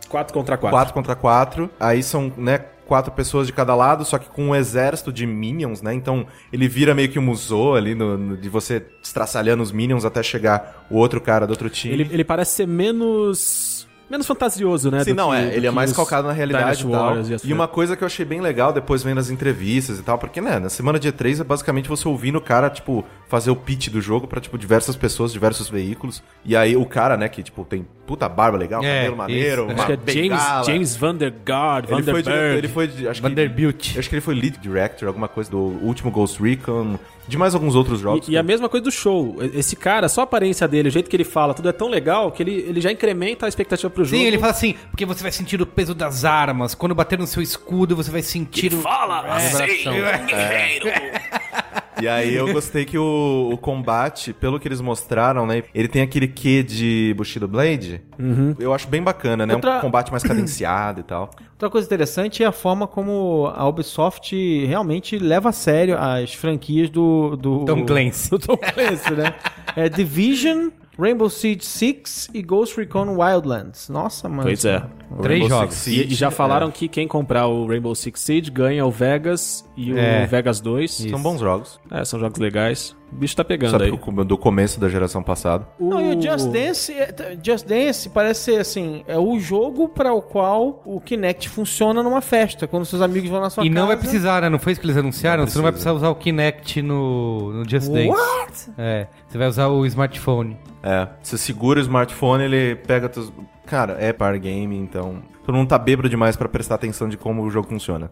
quatro contra quatro. quatro contra quatro. Aí são, né, quatro pessoas de cada lado, só que com um exército de minions, né? Então ele vira meio que um musou ali no, no- de você estraçalhando os minions até chegar o outro cara do outro time. Ele, ele parece ser menos... Menos fantasioso, né? Sim, do não, que- é. do Ele é que mais os calcado na realidade Dynasty e tal. Warriors as- E uma coisa que eu achei bem legal, depois vendo as entrevistas e tal, porque, né, na semana de E três é basicamente você ouvindo o cara, tipo, fazer o pitch do jogo pra, tipo, diversas pessoas, diversos veículos. E aí o cara, né, que, tipo, tem puta barba legal, É, cabelo maneiro, isso. uma Acho que é James, bengala. James Vandergaard, Ele foi, diretor, Vanderberg. ele foi, de- acho que, Vanderbilt. eu acho que ele foi lead director, alguma coisa do último Ghost Recon, de mais alguns outros jogos. E, e a mesma coisa do show. Esse cara, só a aparência dele, o jeito que ele fala, tudo é tão legal que ele, ele já incrementa a expectativa pro jogo. Sim, ele fala assim, porque você vai sentir o peso das armas. Quando bater no seu escudo, você vai sentir o... Fala, É. assim, um guerreiro. E aí eu gostei que o, o combate, pelo que eles mostraram, né? Ele tem aquele quê de Bushido Blade. Eu acho bem bacana, né? Outra- Um combate mais cadenciado e tal. Outra coisa interessante é a forma como a Ubisoft realmente leva a sério as franquias do... do Tom Clancy. Do Tom Clancy, né? É Division, Rainbow Siege Six e Ghost Recon Wildlands. Nossa, mano. Pois é. Três Rainbow jogos. Six E, Siege, e já falaram é, que quem comprar o Rainbow Six Siege ganha o Vegas e o É. Vegas dois. são bons jogos. É, são jogos legais. O bicho tá pegando Sabe aí. do, do começo da geração passada. Não, e o Just Dance, é- Just Dance parece ser assim, é o jogo para o qual o Kinect funciona numa festa, quando seus amigos vão na sua E casa. não vai precisar, né? Não foi isso que eles anunciaram? Não Você não vai precisa. precisar usar o Kinect no, no Just Dance. What? É, você vai usar o smartphone. É, você segura o smartphone, ele pega teus... Cara, é par game, então... Todo mundo tá bêbado demais pra prestar atenção de como o jogo funciona.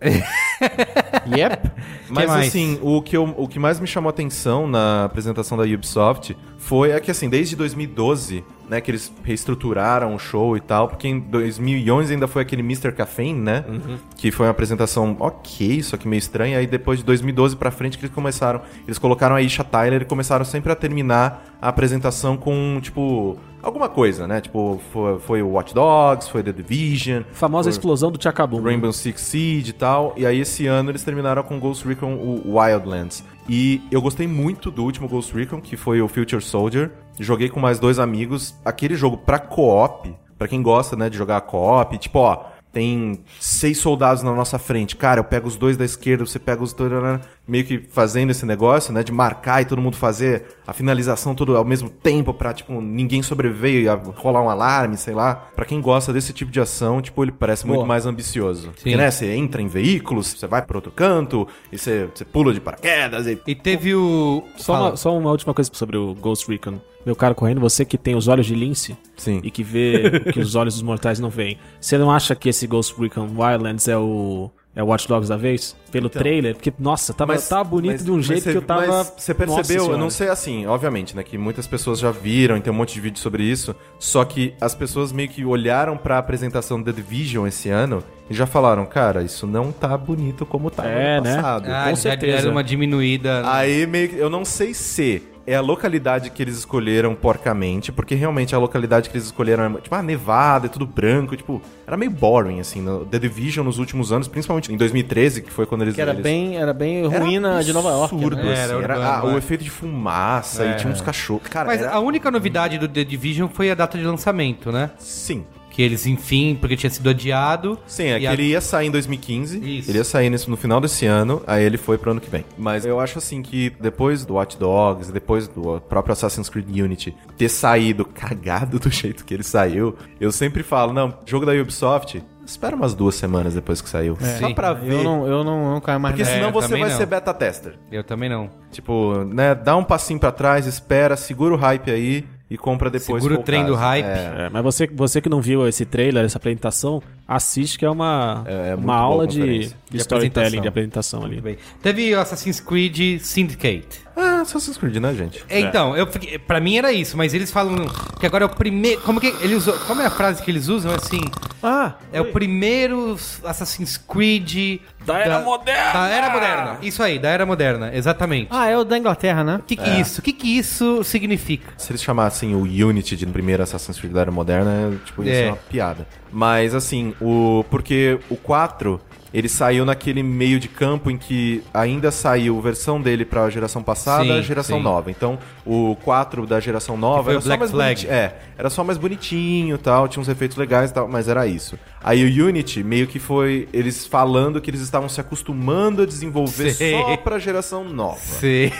Yep. Mas mais? assim, o que, eu- o que mais me chamou a atenção na apresentação da Ubisoft foi é que assim, desde dois mil e doze, né, que eles reestruturaram o show e tal, porque em dois mil e onze ainda foi aquele mister Caffeine, né, que foi uma apresentação ok, só que meio estranha, aí depois de dois mil e doze pra frente que eles começaram, eles colocaram a Isha Tyler e começaram sempre a terminar a apresentação com, tipo, alguma coisa, né, tipo, foi, foi o Watch Dogs, foi The Division, Famosa foi- explosão do Chacabum. Rainbow Six Siege e tal. E aí esse ano eles terminaram com Ghost Recon o Wildlands. E eu gostei muito do último Ghost Recon, que foi o Future Soldier. Joguei com mais dois amigos. Aquele jogo pra co-op, pra quem gosta, né, de jogar co-op, tipo, ó, tem seis soldados na nossa frente. Cara, eu pego os dois da esquerda, você pega os dois... Meio que fazendo esse negócio, né? De marcar e todo mundo fazer a finalização tudo ao mesmo tempo pra, tipo, ninguém sobreviver e a- rolar um alarme, sei lá. Pra quem gosta desse tipo de ação, tipo, ele parece muito mais ambicioso. Porque, né? Você entra em veículos, você vai pro outro canto, e você, você pula de paraquedas e... E teve o... Só Fala. uma, só uma última coisa sobre o Ghost Recon. Meu caro correndo, você que tem os olhos de lince Sim. e que vê o que os olhos dos mortais não veem. Você não acha que esse Ghost Recon Wildlands é o... É o Watch Dogs da vez? Pelo trailer? Porque, nossa, tava, tava bonito mas- de um mas jeito você- que eu tava... Mas você Nossa percebeu, eu Senhora. não sei assim, obviamente, né? Que muitas pessoas já viram e tem um monte de vídeo sobre isso. Só que as pessoas meio que olharam pra apresentação do The Division esse ano e já falaram, cara, isso não tá bonito como tá É, no ano né? passado. Ah, com já certeza. deram uma diminuída. Aí meio que, eu não sei se é a localidade que eles escolheram porcamente, porque realmente a localidade que eles escolheram é tipo, ah, nevada, é tudo branco, tipo, era meio boring, assim, no The Division nos últimos anos, principalmente em dois mil e treze, que foi quando eles... Que era eles... bem, era bem Era ruína de Nova York. absurdo, né? né? assim, Era era urbano, ah, o é. efeito de fumaça e tinha uns cachorros. Cara, Mas era... a única novidade do The Division foi a data de lançamento, né? Sim. Que eles, enfim, porque tinha sido adiado. Sim, é E que a- ele ia sair em dois mil e quinze, Isso. ele ia sair nesse, no final desse ano, aí ele foi pro ano que vem. Mas eu acho assim que depois do Watch Dogs, depois do próprio Assassin's Creed Unity ter saído cagado do jeito que ele saiu, eu sempre falo, não, jogo da Ubisoft, espera umas duas semanas depois que saiu. Só Sim. pra ver. Eu não, eu não, não caio mais Porque nessa. senão É, você também vai não. ser beta tester. Eu também não. Tipo, né, dá um passinho pra trás, espera, segura o hype aí e compra depois. Segura se for o trem do caso. hype. É. É, mas você, você que não viu esse trailer, essa apresentação, assiste que é uma, É, é muito uma boa a aula de, conferência. de De storytelling, apresentação. de apresentação ali. Muito bem. Teve o Assassin's Creed Syndicate. Ah, Assassin's Creed, né, gente? É, Então, eu fiquei, pra mim era isso, mas eles falam que agora é o primeiro. Como que eles usam? Como é a frase que eles usam? Assim, Ah, é o primeiro Assassin's Creed Da era moderna! Da era moderna. Isso aí, da era moderna, exatamente. ah, é o da Inglaterra, né? O que que isso? O que que isso significa? Se eles chamassem o Unity de primeiro Assassin's Creed da era moderna, tipo, ia É. ser uma piada. Mas, assim, o... Porque o quatro ele saiu naquele meio de campo em que ainda saiu a versão dele pra geração passada e Sim, a geração sim. nova. Então, o quatro da geração nova foi era o só Black mais Flag. bonitinho. É, era só mais bonitinho e tal, tinha uns efeitos legais e tal, mas era isso. Aí o Unity meio que foi eles falando que eles estavam se acostumando a desenvolver Sei. só pra geração nova. Sei.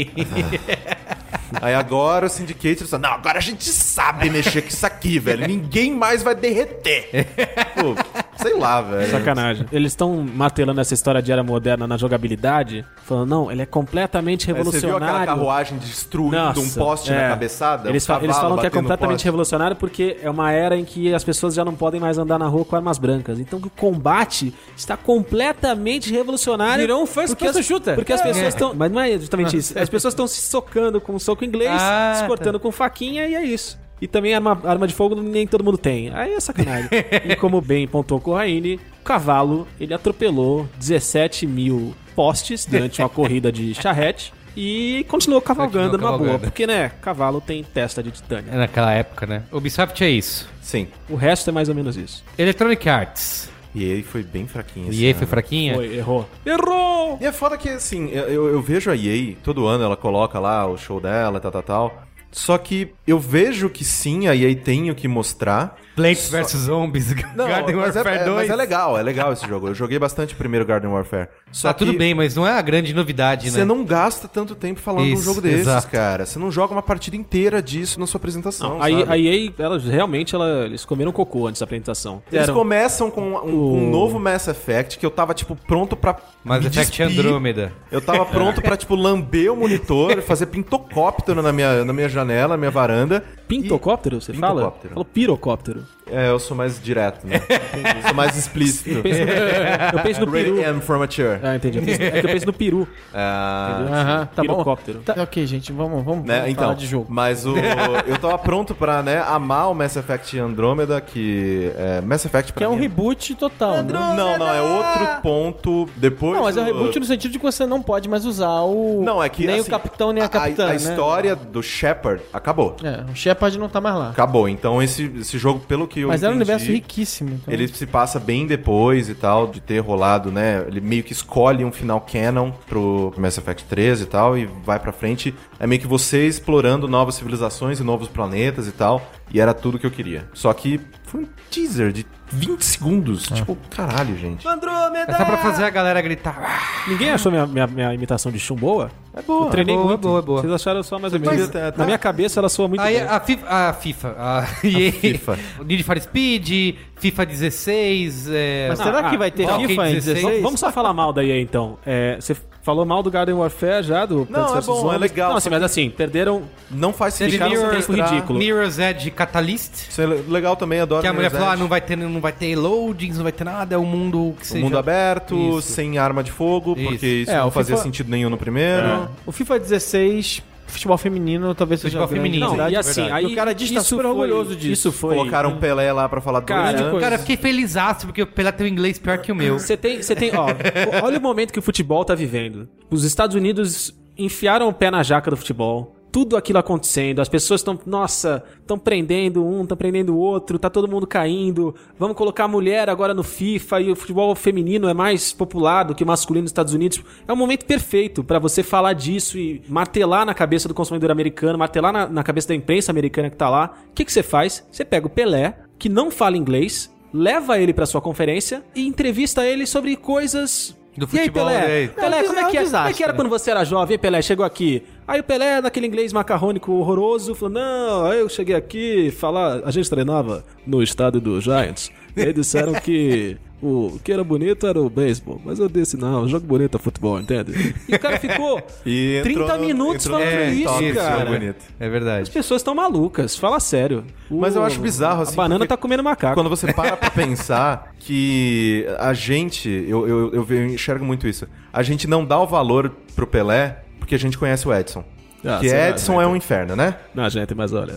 Aí agora o Syndicate eles falam, não, agora a gente sabe mexer com isso aqui, velho. Ninguém mais vai derreter. Pô, sei lá, velho. Sacanagem. Eles estão martelando essa história de era moderna na jogabilidade, falando, não, ele é completamente É, você viu aquela revolucionário. carruagem destruindo Nossa, um poste é. na cabeçada? Eles, Um fa- eles cavalo falam que é batendo no completamente poste? revolucionário porque é uma era em que as pessoas já não podem mais andar na rua com armas brancas. Então o combate está completamente revolucionário. Virou um first porque as, person shooter. Porque as É. pessoas estão... Mas não é justamente isso. As pessoas estão se socando com um soco inglês, Ah, se cortando com faquinha e é isso. E também arma, arma de fogo nem todo mundo tem. Aí é sacanagem. E como bem pontuou Corraine, o cavalo, ele atropelou dezessete mil postes durante uma corrida de charrete e continuou cavalgando Continuou numa boa. cavalgando. Porque, né, cavalo tem testa de titânio. É naquela época, né? Ubisoft é isso. Sim. O resto é mais ou menos isso. Electronic Arts. E aí foi bem fraquinho. esse E aí ano. foi fraquinha? Foi, errou. Errou! E é foda que, assim, eu, eu vejo a E A, todo ano ela coloca lá o show dela, tal, tal, tal. Só que eu vejo que sim, a E A tem o que mostrar. Plants vs Zombies, Não, Garden mas, é, Warfare é- dois. mas é legal, é legal esse jogo. Eu joguei bastante o primeiro Garden Warfare. Só Tá tudo que bem, mas não é a grande novidade, Você né? não gasta tanto tempo falando de um Isso, jogo desses, exato. cara. Você não joga uma partida inteira disso na sua apresentação, A, sabe? a E A, ela, realmente, ela, eles comeram cocô antes da apresentação. Eles Deram- começam com um, O- um novo Mass Effect que eu tava, tipo, pronto pra Mass me Effect despir. Andromeda. Eu tava pronto pra, tipo, lamber o monitor, fazer pintocóptero na minha, na minha janela, na minha varanda. Pintocóptero, você fala? Pintocóptero. Falou pirocóptero. É, eu sou mais direto, né? Eu sou mais explícito. Eu penso no, eu penso no peru. Rated M for mature. Ah, entendi. Eu penso- É que eu penso no peru. Ah, Aham, tá bom. Pirocóptero. Tá, ok, gente, vamos, vamos, né? vamos Então, falar de jogo. mas o eu tava pronto pra, né, amar o Mass Effect Andromeda, que é Mass Effect pra Que é um mim reboot total. né? Não, não, é outro ponto depois Não, mas é um do- reboot no sentido de que você não pode mais usar o. Não, é que nem assim, o capitão nem a capitã. A, né? história do Shepard acabou. É, o Shepard não tá mais lá. Acabou. Então esse, esse jogo, pelo que eu Mas era um entendi, universo riquíssimo. Então... ele se passa bem depois e tal, de ter rolado, né? Ele meio que escolhe um final canon pro Mass Effect três e tal, e vai pra frente. É meio que você explorando novas civilizações e novos planetas e tal. E era tudo que eu queria. Só que foi um teaser de vinte segundos. Tipo, caralho, gente. É só pra fazer a galera gritar. "Ah!" Ninguém achou minha, minha, minha imitação de Shun boa? É boa. Eu treinei é boa, muito. é boa, é boa. Vocês acharam só mais ou Mas, menos. é, tá. Na minha cabeça ela soa muito Aí bem. a FIFA, a FIFA, a E A, FIFA. o Need for Speed, FIFA dezesseis, é... Mas será Ah, que vai ter ah, FIFA em ok, dezesseis? Vamos- Vamos só falar mal da E A então. É, você falou mal do Garden Warfare já, do Plants é versus. bom, é Zombies. legal, Não, só assim, mas assim, perderam. Não faz Teve sentido. Ficaram um Mirror- tempo ridículo. Mirror's Edge Catalyst, Isso é legal também, adoro. que a mulher Mirror's falou, ah, Edge. não vai ter, não vai ter loadings, não vai ter nada, é um mundo que O seja... mundo aberto, Isso. sem arma de fogo, Isso. porque isso É, não o fazia FIFA- sentido nenhum no primeiro. O FIFA dezesseis, futebol feminino, talvez seja Futebol a grande feminino. Não, novidade. e assim, verdade. aí. E o cara diz que tá isso super foi- orgulhoso disso. Isso foi. Colocaram o Pelé lá pra falar do Cara, Irã. coisa. Cara, eu fiquei felizaço, porque o Pelé tem um inglês pior que o meu. Você tem, você tem, ó, olha o momento que o futebol tá vivendo. Os Estados Unidos enfiaram o pé na jaca do futebol. Tudo aquilo acontecendo, as pessoas estão, nossa, estão prendendo um, estão prendendo o outro, tá todo mundo caindo. Vamos colocar a mulher agora no FIFA e o futebol feminino é mais popular do que o masculino nos Estados Unidos. É um momento perfeito pra você falar disso e martelar na cabeça do consumidor americano, martelar na, na cabeça da imprensa americana que tá lá. O que que você faz? Você pega o Pelé, que não fala inglês, leva ele pra sua conferência e entrevista ele sobre coisas Do e aí, futebol, Pelé? e aí? Pelé, É um como é, que é, desastre, como é que era né? quando você era jovem? Aí, Pelé, chegou aqui. Aí o Pelé, naquele inglês macarrônico horroroso, falou, não, aí eu cheguei aqui falar... A gente treinava no estádio do Giants. E aí disseram que o que era bonito era o beisebol. Mas eu disse, não, o jogo bonito é futebol, entende? E o cara ficou E entrou trinta no- minutos entrou no falando trend isso, topics, cara. jogo bonito. É As verdade. pessoas estão malucas, fala sério. O- Mas eu acho bizarro, assim, A banana porque tá comendo macaco. Quando você para pra pensar que a gente, eu, eu, eu, eu enxergo muito isso, a gente não dá o valor pro Pelé porque a gente conhece o Edson. Ah, que será, Edson gente? é um inferno, né? Não, gente, mas olha...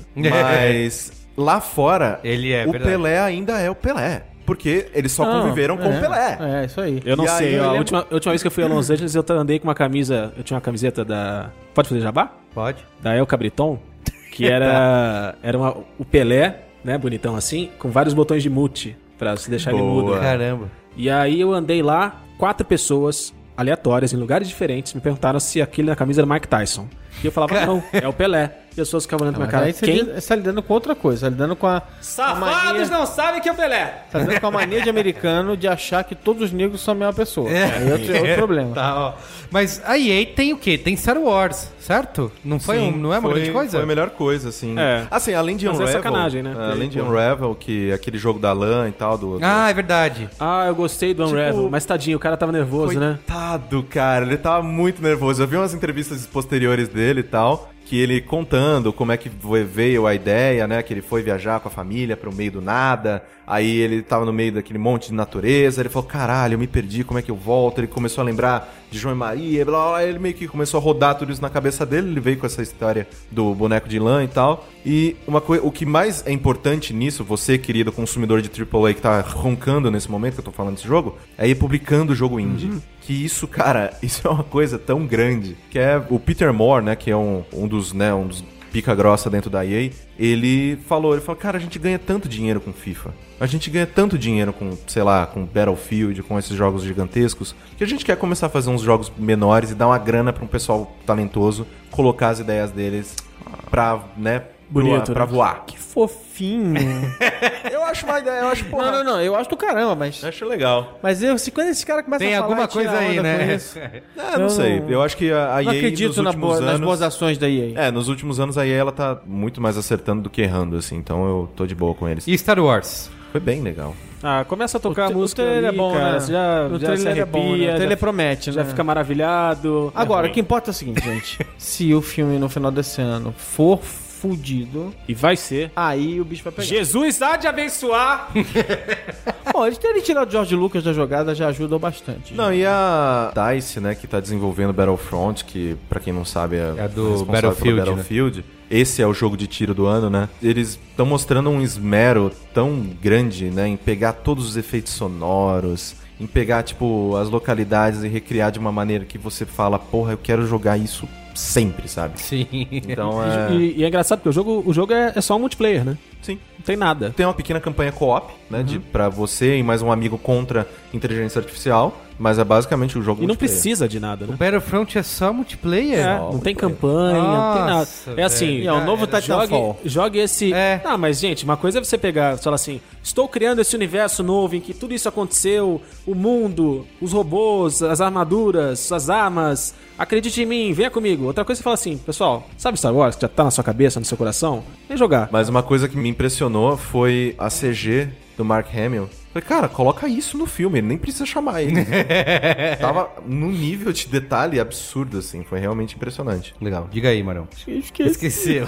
Mas lá fora, Ele é o verdade. Pelé ainda é o Pelé. Porque eles só Não, conviveram com é, o Pelé. É, isso aí. Eu não E aí, sei, eu ó, a, lembro- última, a última vez que eu fui a Los Angeles, eu andei com uma camisa. Eu tinha uma camiseta da. Pode fazer jabá? Pode. Da El Cabriton, que era. Era uma, o Pelé, né, bonitão assim, com vários botões de mute, pra se deixar ele Boa. mudo. Caramba. E aí eu andei lá, quatro pessoas aleatórias, em lugares diferentes, me perguntaram se aquele na camisa era Mike Tyson. E eu falava, não, é o Pelé. Pessoas ficavam olhando pra minha cara. Aí você Quem? diz- você tá lidando com outra coisa, tá lidando com a... Safados não sabem que é o Pelé. Tá lidando com a mania de americano de achar que todos os negros são a mesma pessoa. Aí é outro, é outro problema. Tá, ó. Mas a E A tem o quê? Tem Star Wars, certo? Não foi Sim, um, não é uma foi, grande coisa? Foi a melhor coisa, assim. É. Assim, além de Mas é Unravel... sacanagem, né? é, Além de Pô. Unravel, que aquele jogo da LAN e tal, do... do- Ah, é verdade. Ah, eu gostei do Unravel, Tipo, mas tadinho, o cara tava nervoso, né? Coitado, cara, ele tava muito nervoso. Eu vi umas entrevistas posteriores dele e tal, que ele contando como é que veio a ideia, né? Que ele foi viajar com a família pro meio do nada. Aí ele tava no meio daquele monte de natureza. Ele falou, caralho, eu me perdi, como é que eu volto? Ele começou a lembrar de João e Maria, blá, blá, blá. Ele meio que começou a rodar tudo isso na cabeça dele. Ele veio com essa história do boneco de lã e tal. E uma coisa, o que mais é importante nisso, você, querido consumidor de triplo A que tá roncando nesse momento que eu tô falando desse jogo, é ir publicando o jogo indie. Uhum. Que isso, cara, isso é uma coisa tão grande. Que é o Peter Moore, né? Que é um, um dos, né, um dos pica grossa dentro da E A. Ele falou, ele falou, cara, a gente ganha tanto dinheiro com FIFA. A gente ganha tanto dinheiro com, sei lá, com Battlefield, com esses jogos gigantescos, que a gente quer começar a fazer uns jogos menores e dar uma grana pra um pessoal talentoso colocar as ideias deles pra, né, Bonito, pra, pra né? voar. Que fofinho. Eu acho uma ideia, eu acho, porra, Não, não, não. Eu acho do caramba, mas... eu acho legal. Mas eu, se quando esse cara começa Tem a falar alguma e tirar coisa aí, onda com né? isso, É, não Eu sei. não- Eu acho que a, a não E A nos acredito na últimos boa- nas anos... boas ações da E A. É, nos últimos anos a E A ela tá muito mais acertando do que errando, assim. Então eu tô de boa com eles. E Star Wars? Foi bem legal. Ah, começa a tocar O a tra- música o trailer ali, é bom, cara, né? você já, O já se trailer arrepia, é bom, né? O trailer já, promete, já né? fica maravilhado. Agora, É o que importa é o seguinte, gente. Se o filme no final desse ano for fudido, E vai ser. aí o bicho vai pegar. Jesus há de abençoar. Bom, eles terem tirado o George Lucas da jogada já ajudou bastante. Não, e a DICE, né, que tá desenvolvendo Battlefront, que pra quem não sabe é, É do responsável Battlefield, pelo Battlefield. Esse é o jogo de tiro do ano, né? Eles estão mostrando um esmero tão grande, né, em pegar todos os efeitos sonoros, em pegar, tipo, as localidades e recriar de uma maneira que você fala, porra, eu quero jogar isso sempre, sabe? Sim. Então, é... E, e é engraçado porque o jogo, o jogo é, é só um multiplayer, né? Sim. Não tem nada. Tem uma pequena campanha co-op, né, de, pra você e mais um amigo contra inteligência artificial, mas é basicamente o jogo E não multiplayer. precisa de nada, né? Battlefront é só multiplayer? É, não tem campanha, não tem nada. Nossa, É assim, velho. E é o novo jogue, Titanfall. jogue esse... É. Ah, mas gente, uma coisa é você pegar e falar assim, estou criando esse universo novo em que tudo isso aconteceu, o mundo, os robôs, as armaduras, as armas, acredite em mim, venha comigo. Outra coisa é você fala assim, pessoal, sabe Star Wars que já tá na sua cabeça, no seu coração? Vem jogar. Mas uma coisa que me impressionou foi a C G do Mark Hamill. Falei, cara, coloca isso no filme, ele nem precisa chamar ele. Tava num nível de detalhe absurdo, assim, foi realmente impressionante. Legal. Diga aí, Marão. Esqueci. Esqueceu.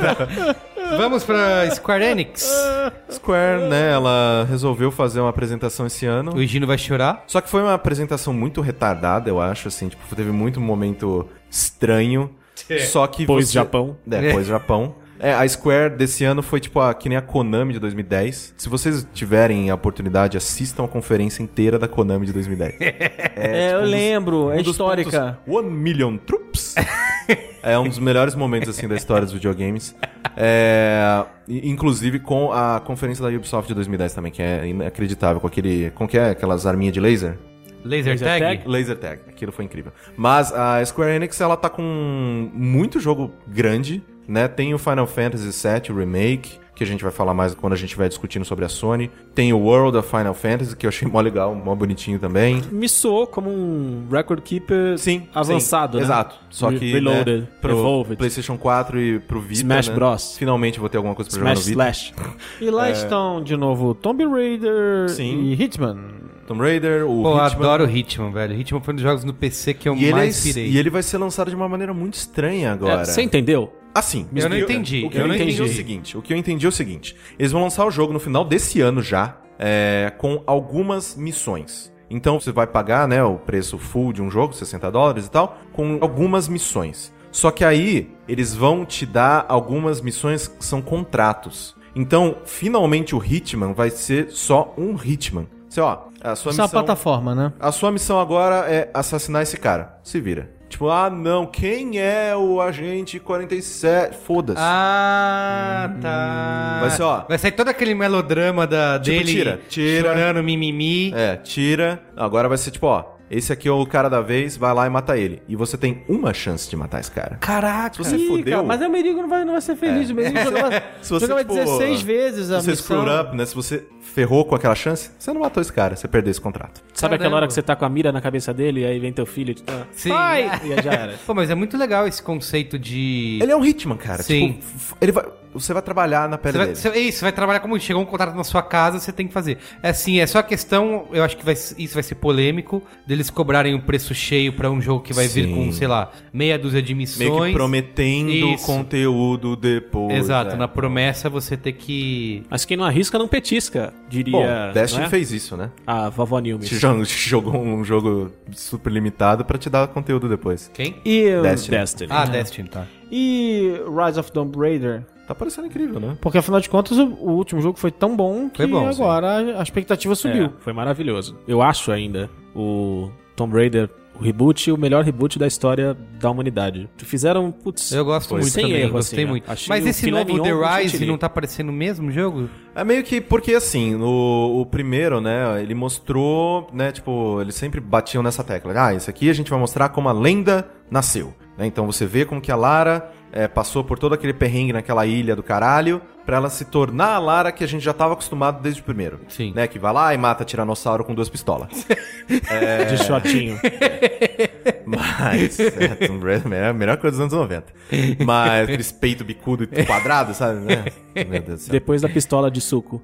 Vamos pra Square Enix. Square, né, ela resolveu fazer uma apresentação esse ano. O Gino vai chorar. Só que foi uma apresentação muito retardada, eu acho, assim, tipo, teve muito momento estranho. Só que Pós-Japão. É, pós-Japão. É, a Square desse ano foi tipo a, que nem a Konami de dois mil e dez. Se vocês tiverem a oportunidade, assistam a conferência inteira da Konami de dois mil e dez. É, eu um dos- lembro, é um dos histórica. pontos, One Million Troops. É um dos melhores momentos, assim, da história dos videogames. É, e- inclusive com a conferência da Ubisoft de dois mil e dez também, que é inacreditável. Com aquele... Como que é? Aquelas arminhas de laser? Laser, Laser tag? tag? Laser Tag, aquilo foi incrível. Mas a Square Enix, ela tá com muito jogo grande, né? Tem o Final Fantasy sete, o Remake, que a gente vai falar mais quando a gente estiver discutindo sobre a Sony. Tem o World of Final Fantasy, que eu achei mó legal, mó bonitinho também. Me soou como um record keeper Sim, avançado, sim, né? Exato. Só Re- que, Reloaded, né, pro Evolved. PlayStation quatro e pro Vita, Smash né, Bros. Finalmente vou ter alguma coisa pra jogar Smash no Vita. Slash. E lá estão de novo Tomb Raider Sim. e Hitman. Tomb Raider, o Pô, eu Hitman. adoro o Hitman, velho. Hitman foi um dos jogos no P C que eu E ele, mais é, pirei. e ele vai ser lançado de uma maneira muito estranha agora. É, você entendeu? Assim, Eu não o que entendi, O que eu eu, não entendi, é o entendi. seguinte: o que eu entendi é o seguinte: eles vão lançar o jogo no final desse ano já, é, com algumas missões. Então você vai pagar, né, o preço full de um jogo, sessenta dólares e tal, com algumas missões. Só que aí eles vão te dar algumas missões que são contratos. Então, finalmente o Hitman vai ser só um Hitman. Você, ó, a sua Isso é uma missão. plataforma, né? A sua missão agora é assassinar esse cara. Se vira. Tipo, ah, não, quem é o agente quarenta e sete? Foda-se. Ah, tá. Vai ser, ó. Vai sair todo aquele melodrama da, Tipo, dele tira, tira. chorando, mimimi. É, tira. Agora vai ser tipo, ó. Esse aqui é o cara da vez, vai lá e mata ele. E você tem uma chance de matar esse cara. Caraca. Se você Ih, fudeu... cara, mas o Merigo não vai, não vai ser feliz. É. O Merigo jogava, Se você, jogava tipo, dezesseis vezes a Se você missão. screw up, né? Se você ferrou com aquela chance, você não matou esse cara. Você perdeu esse contrato. Sabe Caramba. aquela hora que você tá com a mira na cabeça dele e aí vem teu filho e te dá... Sim. Pai! E aí já era. Pô, mas é muito legal esse conceito de... Ele é um Hitman, cara. Sim. Tipo, f- ele vai... Você vai trabalhar na pele Você vai, dele. você, isso, vai trabalhar como chegou um contrato na sua casa, você tem que fazer. É assim, é só a questão, eu acho que vai, isso vai ser polêmico, deles cobrarem um preço cheio pra um jogo que vai vir Sim. com, sei lá, meia dúzia de missões. Meio que prometendo Isso. conteúdo depois. Exato, né? na promessa você ter que... Mas quem não arrisca não petisca, diria. Bom, Destiny não é? fez isso, né? A vovó Nilmes. Te jogou, te jogou um jogo super limitado pra te dar conteúdo depois. Quem? E, uh, Destiny. Destiny. Ah, Destiny, tá. e Rise of Tomb Raider. Tá parecendo incrível, né? Porque afinal de contas o, o último jogo foi tão bom que Foi bom, sim. agora a, a expectativa subiu. É, foi maravilhoso. Eu acho ainda o Tomb Raider, o reboot, o melhor reboot da história da humanidade. Fizeram, putz, Eu gosto muito sem também, erro, gostei assim, muito. né? Achei Mas o esse filé novo mignon com The Rise chantilly. não tá parecendo o mesmo jogo? É meio que porque assim, no o primeiro, né, ele mostrou, né, tipo, eles sempre batiam nessa tecla. Ah, isso aqui a gente vai mostrar como a lenda nasceu, né? Então você vê como que a Lara é, passou por todo aquele perrengue naquela ilha do caralho pra ela se tornar a Lara que a gente já tava acostumado desde o primeiro. Sim. Né, que vai lá e mata tiranossauro com duas pistolas. De shotinho. Mas, é, Tomb Raider é a melhor coisa dos anos noventa. Mas aqueles peito bicudo e quadrado, sabe? Né? Meu Deus do céu. Depois da pistola de suco.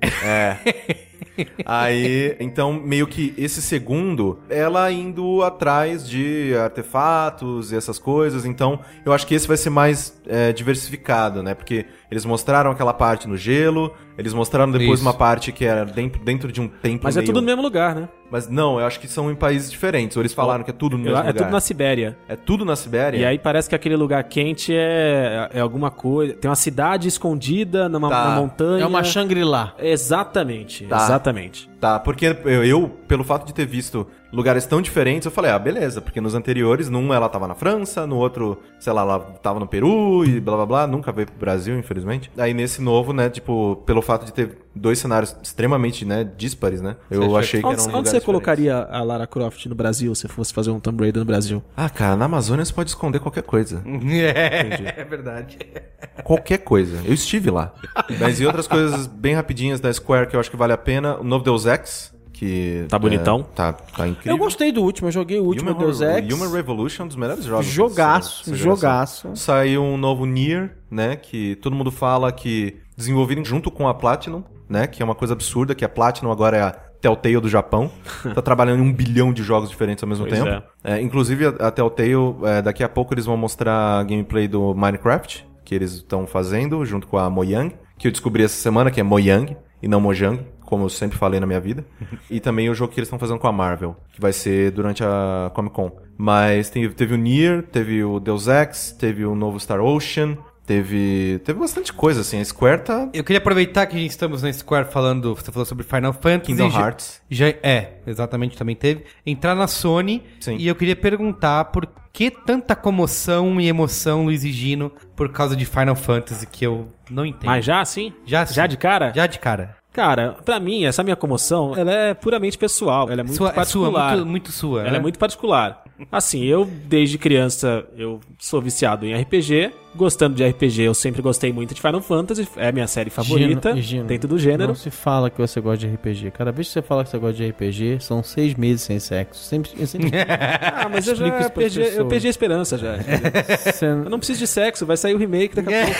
Aí, então, meio que esse segundo, ela indo atrás de artefatos e essas coisas. Então, eu acho que esse vai ser mais é, diversificado, né? Porque eles mostraram aquela parte no gelo, eles mostraram depois Isso. uma parte que era dentro, dentro de um templo Mas é meio... tudo no mesmo lugar, né? Mas não, eu acho que são em países diferentes. Ou eles falaram que é tudo no mesmo é lugar. tudo na Sibéria. É tudo na Sibéria? E aí parece que aquele lugar quente é, é alguma coisa. Tem uma cidade escondida numa, Tá. na montanha. É uma Shangri-La. Exatamente, Tá. exatamente. Tá, porque eu, eu, pelo fato de ter visto lugares tão diferentes, eu falei, ah, beleza, porque nos anteriores, num ela tava na França, no outro, sei lá, ela tava no Peru e blá blá blá, nunca veio pro Brasil, infelizmente. Aí nesse novo, né, tipo, pelo fato de ter dois cenários extremamente, né, díspares, né, eu achou achei que Onde, eram onde lugares você diferentes. colocaria a Lara Croft no Brasil se fosse fazer um Tomb Raider no Brasil? Ah, cara, na Amazônia você pode esconder qualquer coisa. É, é verdade. Qualquer coisa. Eu estive lá. Mas e outras coisas bem rapidinhas da Square que eu acho que vale a pena, o novo Deus Ex, que... Tá bonitão. É, tá, tá incrível. Eu gostei do último, eu joguei o último Human, Deus Ex. Human Revolution, um dos melhores jogos. Jogaço, dessa- dessa jogaço. geração. Saiu um novo Nier, né? Que todo mundo fala que desenvolvido junto com a Platinum, né? Que é uma coisa absurda, que a Platinum agora é a Telltale do Japão. Tá trabalhando em um bilhão de jogos diferentes ao mesmo Pois tempo. É, inclusive, a, a Telltale, é, daqui a pouco eles vão mostrar a gameplay do Minecraft, que eles estão fazendo junto com a Mojang, que eu descobri essa semana, que é Mojang e não Mojang, como eu sempre falei na minha vida. E também o jogo que eles estão fazendo com a Marvel, que vai ser durante a Comic Con. Mas tem, teve o Nier, teve o Deus Ex, teve o novo Star Ocean, teve teve bastante coisa, assim. A Square tá... Eu queria aproveitar que estamos na Square falando, você falou sobre Final Fantasy. Kingdom já- Hearts. Já, é, exatamente, também teve. Entrar na Sony. Sim. E eu queria perguntar por que tanta comoção e emoção, Luiz e Gino, por causa de Final Fantasy, que eu não entendo. Mas já assim? Já sim. Já de cara? Já de cara. Cara, pra mim, essa minha comoção, ela é puramente pessoal. Ela é muito Sua, é sua, particular. muito, muito sua. Ela né? é muito particular. Assim, eu, desde criança, eu sou viciado em R P G. Gostando de R P G, eu sempre gostei muito de Final Fantasy. É a minha série favorita, Gino, Gino, dentro do gênero. Não se fala que você gosta de R P G. Cada vez que você fala que você gosta de R P G, são seis meses sem sexo. Sempre, eu sempre Ah, mas eu já Explica isso pras perdi, eu pessoas. perdi a esperança já. você... Eu não preciso de sexo, vai sair o remake daqui a pouco.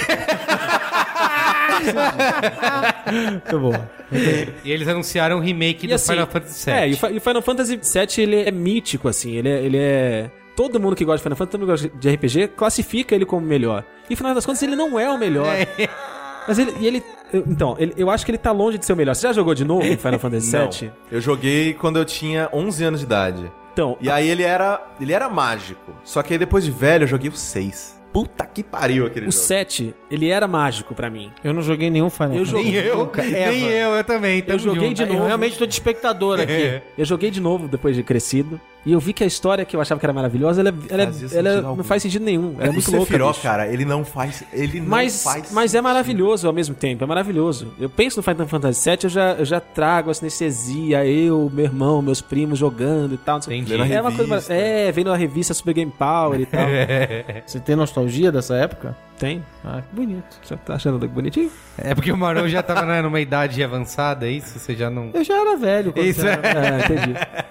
Muito bom. E eles anunciaram o remake E do assim, Final Fantasy sete. É, e o Fi- e o Final Fantasy sete, ele é mítico, assim, ele é... Ele é... Todo mundo que gosta de Final Fantasy, todo mundo que gosta de R P G, classifica ele como melhor. E no final das contas, ele não é o melhor. Mas ele... E ele eu- então, ele- eu acho que ele tá longe de ser o melhor. Você já jogou de novo Final Fantasy sete? Não. Eu joguei quando eu tinha onze anos de idade. Então, E aí ele era, ele era mágico. Só que aí depois de velho eu joguei o seis. Puta que pariu aquele o jogo. sete, ele era mágico pra mim. Eu não joguei nenhum Final Eu Fantasy. joguei- Nem eu, Nunca, nem ever. eu, eu também. tamo joguei junto. de Eu novo. realmente tô de espectador aqui. Eu joguei de novo depois de crescido. e eu vi que a história que eu achava que era maravilhosa, ela, ela, Fazia ela sentido não algum. faz sentido nenhum. Ela é O muito louca, Sephiroth, bicho. cara, ele não faz... Ele não Mas, faz mas é sentido. maravilhoso ao mesmo tempo, é maravilhoso. Eu penso no Final Fantasy sete, eu já, eu já trago a sinestesia, eu, meu irmão, meus primos jogando e tal. Não sei. Entendi. Lendo a É uma coisa. revista. É, vendo a revista Super Game Power e tal. Você tem nostalgia dessa época? Tem. Ah, que bonito. Você tá achando bonitinho? É porque o Marão já tava né, numa idade avançada, é isso? Você já não... Eu já era velho quando Isso você é. era- É, entendi.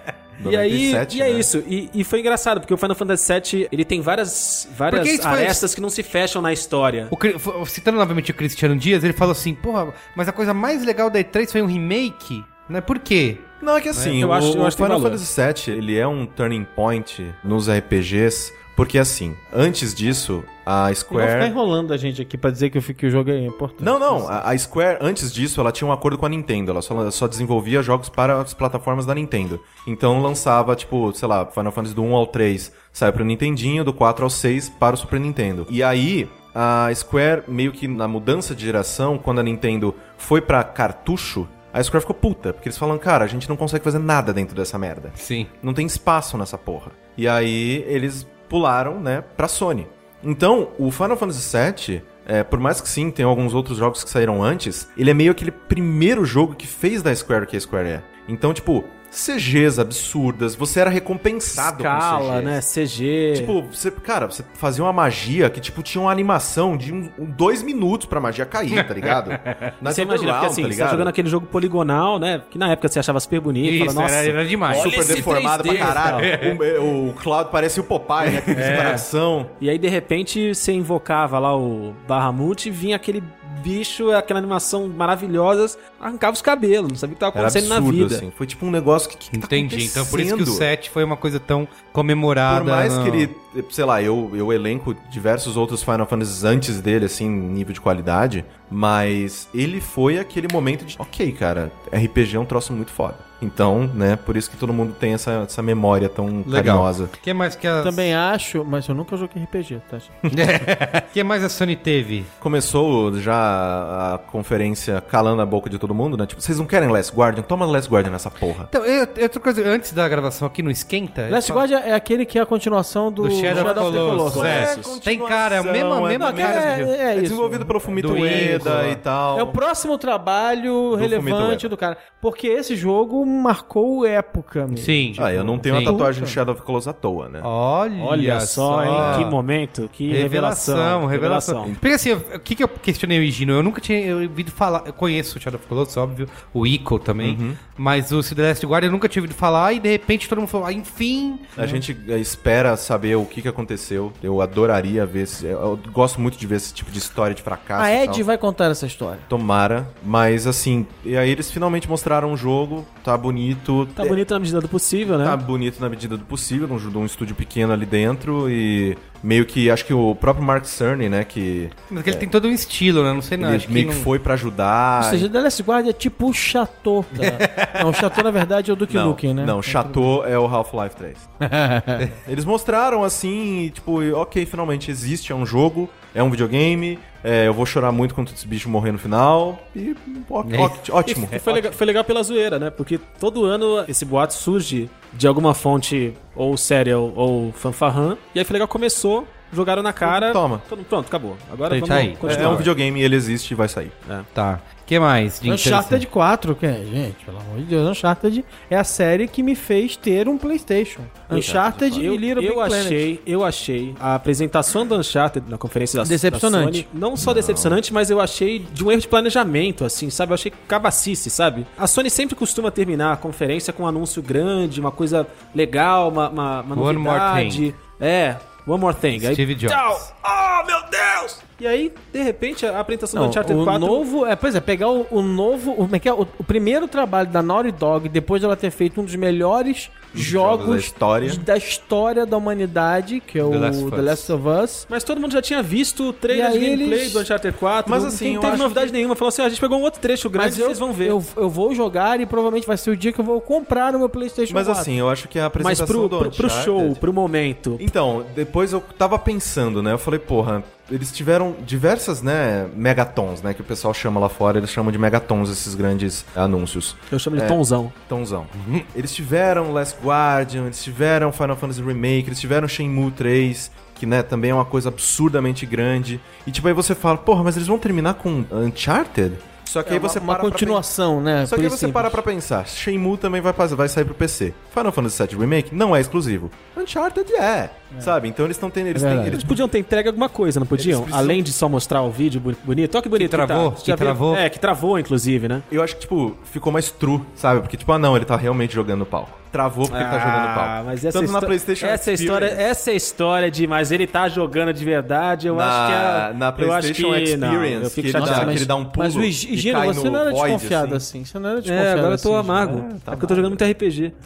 E aí, noventa e sete, e é né? isso. E, e foi engraçado, porque o Final Fantasy sete, ele tem várias, Porque várias isso foi- arestas que não se fecham na história. O Cri- f- citando novamente o Cristiano Dias, ele falou assim, porra, mas a coisa mais legal da E três foi um remake? Né? Por quê? Não, é que assim, Eu o, acho- eu o acho que tem Final valor. Fantasy sete, ele é um turning point nos R P Gs, porque assim, antes disso, a Não vou ficar Square... enrolando a gente aqui pra dizer que, eu fico, que o jogo é importante. Não, não, a, a Square, antes disso, ela tinha um acordo com a Nintendo, ela só, só desenvolvia jogos para as plataformas da Nintendo. Então lançava, tipo, sei lá, Final Fantasy do um ao três saiu pro Nintendinho, do quatro ao seis para o Super Nintendo. E aí, a Square, meio que na mudança de geração, quando a Nintendo foi pra cartucho, a Square ficou puta, porque eles falam, cara, a gente não consegue fazer nada dentro dessa merda. Sim. Não tem espaço nessa porra. E aí eles pularam, né, pra Sony. Então, o Final Fantasy sete, é, por mais que sim, tem alguns outros jogos que saíram antes, ele é meio aquele primeiro jogo que fez da Square o que a Square é. Então, tipo, C Gs absurdas, você era recompensado Escala, com C Gs. né? C G. Tipo, você, cara, você fazia uma magia que, tipo, tinha uma animação de um, um- dois minutos pra magia cair, tá ligado? Na Você imagina, porque assim, você tá jogando aquele jogo poligonal, né? Que na época você achava super bonito. Isso, fala, nossa, era, era demais. olha super esse deformado três D pra caralho. e O, o Cloud parecia o Popeye, né? Aquele separação. E aí, de repente, você invocava lá o Bahamut e vinha aquele bicho, aquela animação maravilhosa, arrancava os cabelos, não sabia o que tava Era acontecendo na absurdo, vida. assim. Foi tipo um negócio que, que tá Entendi. Então por isso que o acontecendo? sete foi uma coisa tão comemorada. Por mais no- que ele, sei lá, eu, eu elenco diversos outros Final Fantasy antes dele, assim, em nível de qualidade, mas ele foi aquele momento de, ok, cara, R P G é um troço muito foda. Então, né, por isso que todo mundo tem essa, essa memória tão Legal. carinhosa. O que mais que a... Também acho, mas eu nunca joguei R P G, tá? O que mais a Sony teve? Começou já a conferência calando a boca de todo mundo, né? Tipo, vocês não querem Last Guardian? Toma Last Guardian nessa porra. Então, eu- outra coisa, antes da gravação aqui no Esquenta... Last eu falo- Guard é aquele que é a continuação do, Do Shadow of the Colossus. É, É, continuação, tem cara, é a mesma, é mesma do cara. é, do jogo. é, É isso. desenvolvido pelo Fumito Do Ueda Ico. e tal. É o próximo trabalho Fumito relevante Ueda. do cara. Porque esse jogo marcou época, meu. Sim. Ah, eu não tenho Sim. a tatuagem do Shadow of the Colossus à toa, né? Olha, Olha só, hein? Que momento, que Revelação, revelação. revelação. Porque assim, eu- o que, que eu questionei o Higino? Eu nunca tinha eu ouvido falar. Eu conheço o Shadow of the Colossus, óbvio, o Ico também. Uhum. Mas o The Last Guard eu nunca tinha ouvido falar e de repente todo mundo falou, ah, enfim. A gente eh, espera saber o que, que aconteceu. Eu adoraria ver. esse- Eu gosto muito de ver esse tipo de história de fracasso. A e Ed tal. vai contar essa história. Tomara. Mas assim, e aí eles finalmente mostraram o jogo. Tá bonito. Tá bonito na medida do possível, né? Tá bonito na medida do possível, um, de um estúdio pequeno ali dentro e meio que, acho que o próprio Mark Cerny, né, que Mas que ele tem todo um estilo, né? Não sei não. ele Acho meio que que não... foi pra ajudar. Ou seja, The Last Guard é tipo o Chateau. Tá? Não, o Chateau, na verdade, é o Duke não, Nukem, né? não, Chateau é o Half-Life três. Eles mostraram assim, e, tipo, ok, finalmente existe, é um jogo, é um videogame, é, eu vou chorar muito quando esse bicho morrer no final, e ó- ó- ótimo. E foi legal, foi legal pela zoeira, né? Porque todo ano esse boato surge de alguma fonte ou séria ou, ou fanfarrã. E aí foi legal, começou, jogaram na cara. Toma. todo- Pronto, acabou. Agora Tá vamos aí. É, continuar. é um videogame, ele existe e vai sair. Tá. O que mais? de Uncharted quatro, que é, gente, pelo amor de Deus, Uncharted é a série que me fez ter um PlayStation. Uncharted Eu, e Little Big eu Planet. achei, eu achei a apresentação do Uncharted na conferência da, Decepcionante. da Sony, não só decepcionante, mas eu achei de um erro de planejamento, assim, sabe? Eu achei cabacice, sabe? A Sony sempre costuma terminar a conferência com um anúncio grande, uma coisa legal, uma, uma, uma One more novidade. thing. É, One More Thing. Steve aí, Jobs. tchau. Oh, meu Deus! E aí, de repente, a apresentação Não, do Uncharted o quatro... novo, é, pois é, pegar o, o novo, o, como é que é? O, o primeiro trabalho da Naughty Dog, depois de ela ter feito um dos melhores jogos, da história. de- da história da humanidade, que é o The Last of The Us. Last of Us. Mas todo mundo já tinha visto o trailer E de aí gameplay eles- do Uncharted quatro. Mas não assim, tem- eu teve acho novidade que- nenhuma. Falou assim, ah, a gente pegou um outro trecho grande, Mas eu, vocês vão ver. eu, eu vou jogar e provavelmente vai ser o dia que eu vou comprar o meu PlayStation Mas quatro. assim, eu acho que a Mas apresentação pro, do pro, pro Uncharted- show, pro momento... Então, depois eu tava pensando, né? Eu falei, porra, eles tiveram diversas, né, megatons, né, que o pessoal chama lá fora, eles chamam de megatons esses grandes anúncios. Eu chamo de É. tonzão. Tonzão. Eles tiveram Last Guardian, eles tiveram Final Fantasy Remake, eles tiveram Shenmue três, que, né, também é uma coisa absurdamente grande. E tipo, aí você fala, porra, mas eles vão terminar com Uncharted? Só que É aí uma, você uma para pra continuação, né? Só que por aí você simples. para pra pensar, Shenmue também vai, fazer, vai sair pro P C. Final Fantasy sete Remake não é exclusivo. Uncharted é, sabe? Então eles estão tendo... Eles É têm, verdade. eles Eles podiam ter entregue alguma coisa, não podiam? Eles precisam- Além de só mostrar o vídeo bu- bonito. Olha que bonito. Que travou, tá. que Já viu? travou. É, que travou, inclusive, né? Eu acho que, tipo, ficou mais true, sabe? Porque, tipo, ah, não, ele tá realmente jogando no palco. Travou porque ele tá jogando no palco. Ah, mas essa Tanto na histó- PlayStation essa história, Experience. essa história de, mas ele tá jogando de verdade, eu Na- acho que é. na eu acho PlayStation que, não, Experience, eu fico que ele dá- chateado. que ele dá um pulo Mas o e Gino, cai você no não era void, desconfiado assim. assim. Você não era desconfiado É, agora eu assim. tô amargo. É, tá é porque eu tô jogando muito R P G.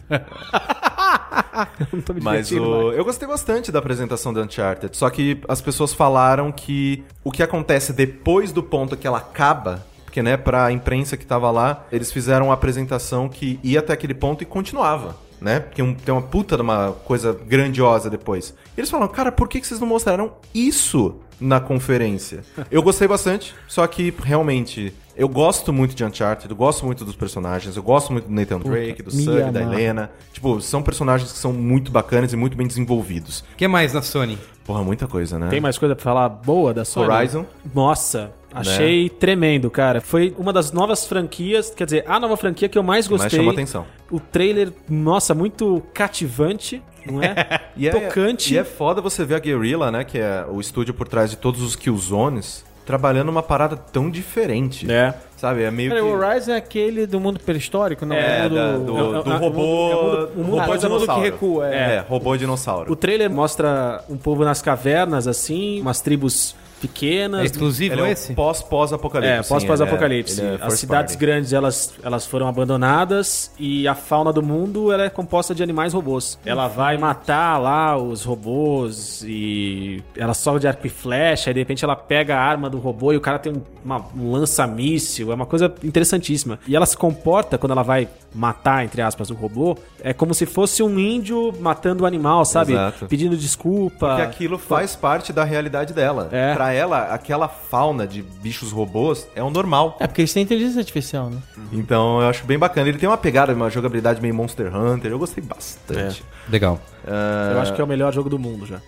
Eu não tô me Mas divertindo o... mais. eu gostei bastante da apresentação do Uncharted. Só que as pessoas falaram que o que acontece depois do ponto que ela acaba... Porque, né, pra imprensa que tava lá, eles fizeram uma apresentação que ia até aquele ponto e continuava, né? Porque um- tem uma puta de uma coisa grandiosa depois. E eles falaram, cara, por que, que vocês não mostraram isso na conferência? Eu gostei bastante, só que, realmente, eu gosto muito de Uncharted, eu gosto muito dos personagens, eu gosto muito do Nathan Drake, do me Sully, da amarra. Helena. Tipo, são personagens que são muito bacanas e muito bem desenvolvidos. O que mais na Sony? Porra, muita coisa, né? Tem mais coisa pra falar boa da Sony? Horizon. Nossa, achei tremendo, cara. Foi uma das novas franquias, quer dizer, a nova franquia que eu mais Mais gostei. chamou atenção. O trailer, nossa, muito cativante, não é? E é, Tocante. E é foda você ver a Guerrilla, né? Que é o estúdio por trás de todos os Killzones, trabalhando uma parada tão diferente. É. Sabe? É meio Peraí, que... o Horizon é aquele do mundo pré-histórico, não? É, o mundo... da- do, é o- do é o- robô... é o mundo- o mundo- robô Ah, mas é o mundo que dinossauro. recua, é. É, robô dinossauro. O trailer mostra um povo nas cavernas, assim, umas tribos pequenas. É exclusivo Ele é esse? um pós-pós-apocalipse. É, sim, pós-pós-apocalipse. ele é- ele é As first cidades party. grandes, elas, elas foram abandonadas e a fauna do mundo ela é composta de animais robôs. Ela vai matar lá os robôs e ela sobe de arco e flecha e de repente ela pega a arma do robô e o cara tem um, uma- um lança-míssil. É uma coisa interessantíssima. E ela se comporta, quando ela vai matar, entre aspas, o robô, é como se fosse um índio matando o animal, sabe? Exato. Pedindo desculpa. Porque aquilo faz parte da realidade dela. É. Pra ela, aquela fauna de bichos robôs é o normal. É porque eles têm inteligência artificial, né? Então eu acho bem bacana. Ele tem uma pegada, uma jogabilidade meio Monster Hunter. Eu gostei bastante. Legal. Ah, Eu acho que é o melhor jogo do mundo já.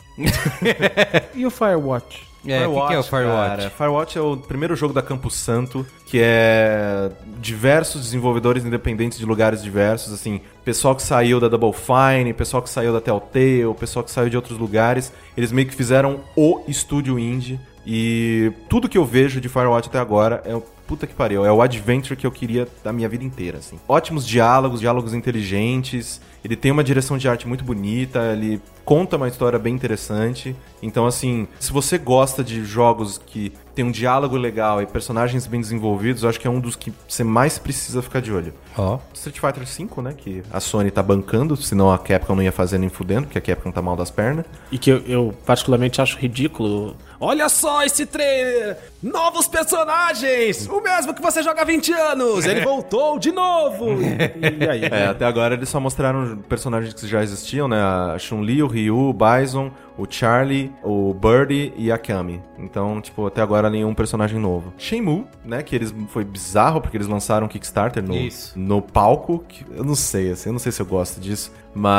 E o Firewatch? É, o que, que é o Firewatch? Cara, Firewatch é o primeiro jogo da Campus Santo, que é diversos desenvolvedores independentes de lugares diversos, assim, pessoal que saiu da Double Fine, pessoal que saiu da Telltale, pessoal que saiu de outros lugares, eles meio que fizeram o estúdio indie, e tudo que eu vejo de Firewatch até agora é o puta que pariu, é o adventure que eu queria da minha vida inteira, assim. Ótimos diálogos, diálogos inteligentes, ele tem uma direção de arte muito bonita, ele conta uma história bem interessante. Então, assim, se você gosta de jogos que tem um diálogo legal e personagens bem desenvolvidos, eu acho que é um dos que você mais precisa ficar de olho. Ó. Street Fighter cinco, né, que a Sony tá bancando, senão a Capcom não ia fazer nem fudendo, porque a Capcom tá mal das pernas. E que eu, eu particularmente acho ridículo. Olha só esse trailer! Novos personagens! O mesmo que você joga há vinte anos! Ele voltou de novo! E, e aí? É, até agora eles só mostraram personagens que já existiam, né, a Chun-Li, o Ryu, o Bison, o Charlie, o Birdie e a Kami. Então, tipo, até agora nenhum personagem novo. Shenmue, né, que eles foi bizarro porque eles lançaram um Kickstarter no, Isso. no palco, que eu não sei, assim, eu não sei se eu gosto disso,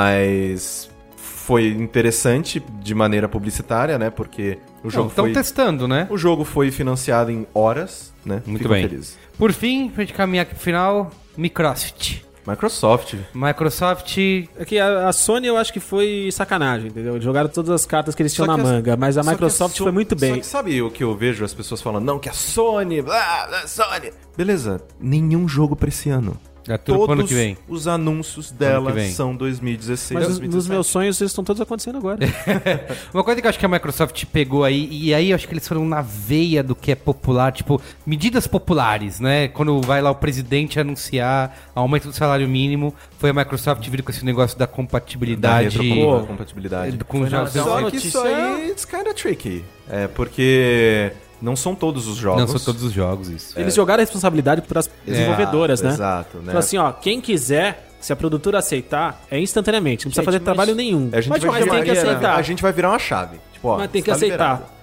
mas foi interessante de maneira publicitária, né, porque o jogo Estão foi testando, né? o jogo foi financiado em horas, né? Muito Fico bem. feliz. Por fim, pra gente caminhar aqui pro final, Microsoft. Microsoft. Microsoft... É que a, a Sony eu acho que foi sacanagem, entendeu? Eles jogaram todas as cartas que eles tinham Só na que a- manga, mas a só que Microsoft So- foi muito Só bem. que sabe o que eu vejo as pessoas falando? Não, que a Sony, blá, blá, Sony. Beleza, nenhum jogo pra esse ano. É tudo pro ano Todos que vem. os anúncios que dela vem. são dois mil e dezesseis, Mas nos, dois mil e nos dezessete. meus sonhos eles estão todos acontecendo agora. Uma coisa que eu acho que a Microsoft pegou aí, e aí eu acho que eles foram na veia do que é popular, tipo, medidas populares, né? Quando vai lá o presidente anunciar aumento do salário mínimo, foi a Microsoft vir com esse negócio da Da compatibilidade retrocompatibilidade. com os jogos. Só Só que isso notícia- aí, it's kinda tricky. É, porque não são todos os jogos. Não são todos os jogos, isso. Eles jogaram a responsabilidade para as desenvolvedoras, né? Exato, né? Então assim, ó, quem quiser, se a produtora aceitar, é instantaneamente, não precisa Gente, fazer mas- trabalho nenhum. A gente, Mas vai tem que virar- aceitar. a gente vai virar uma chave. Tipo, ó, Mas tem você que tá aceitar. liberado.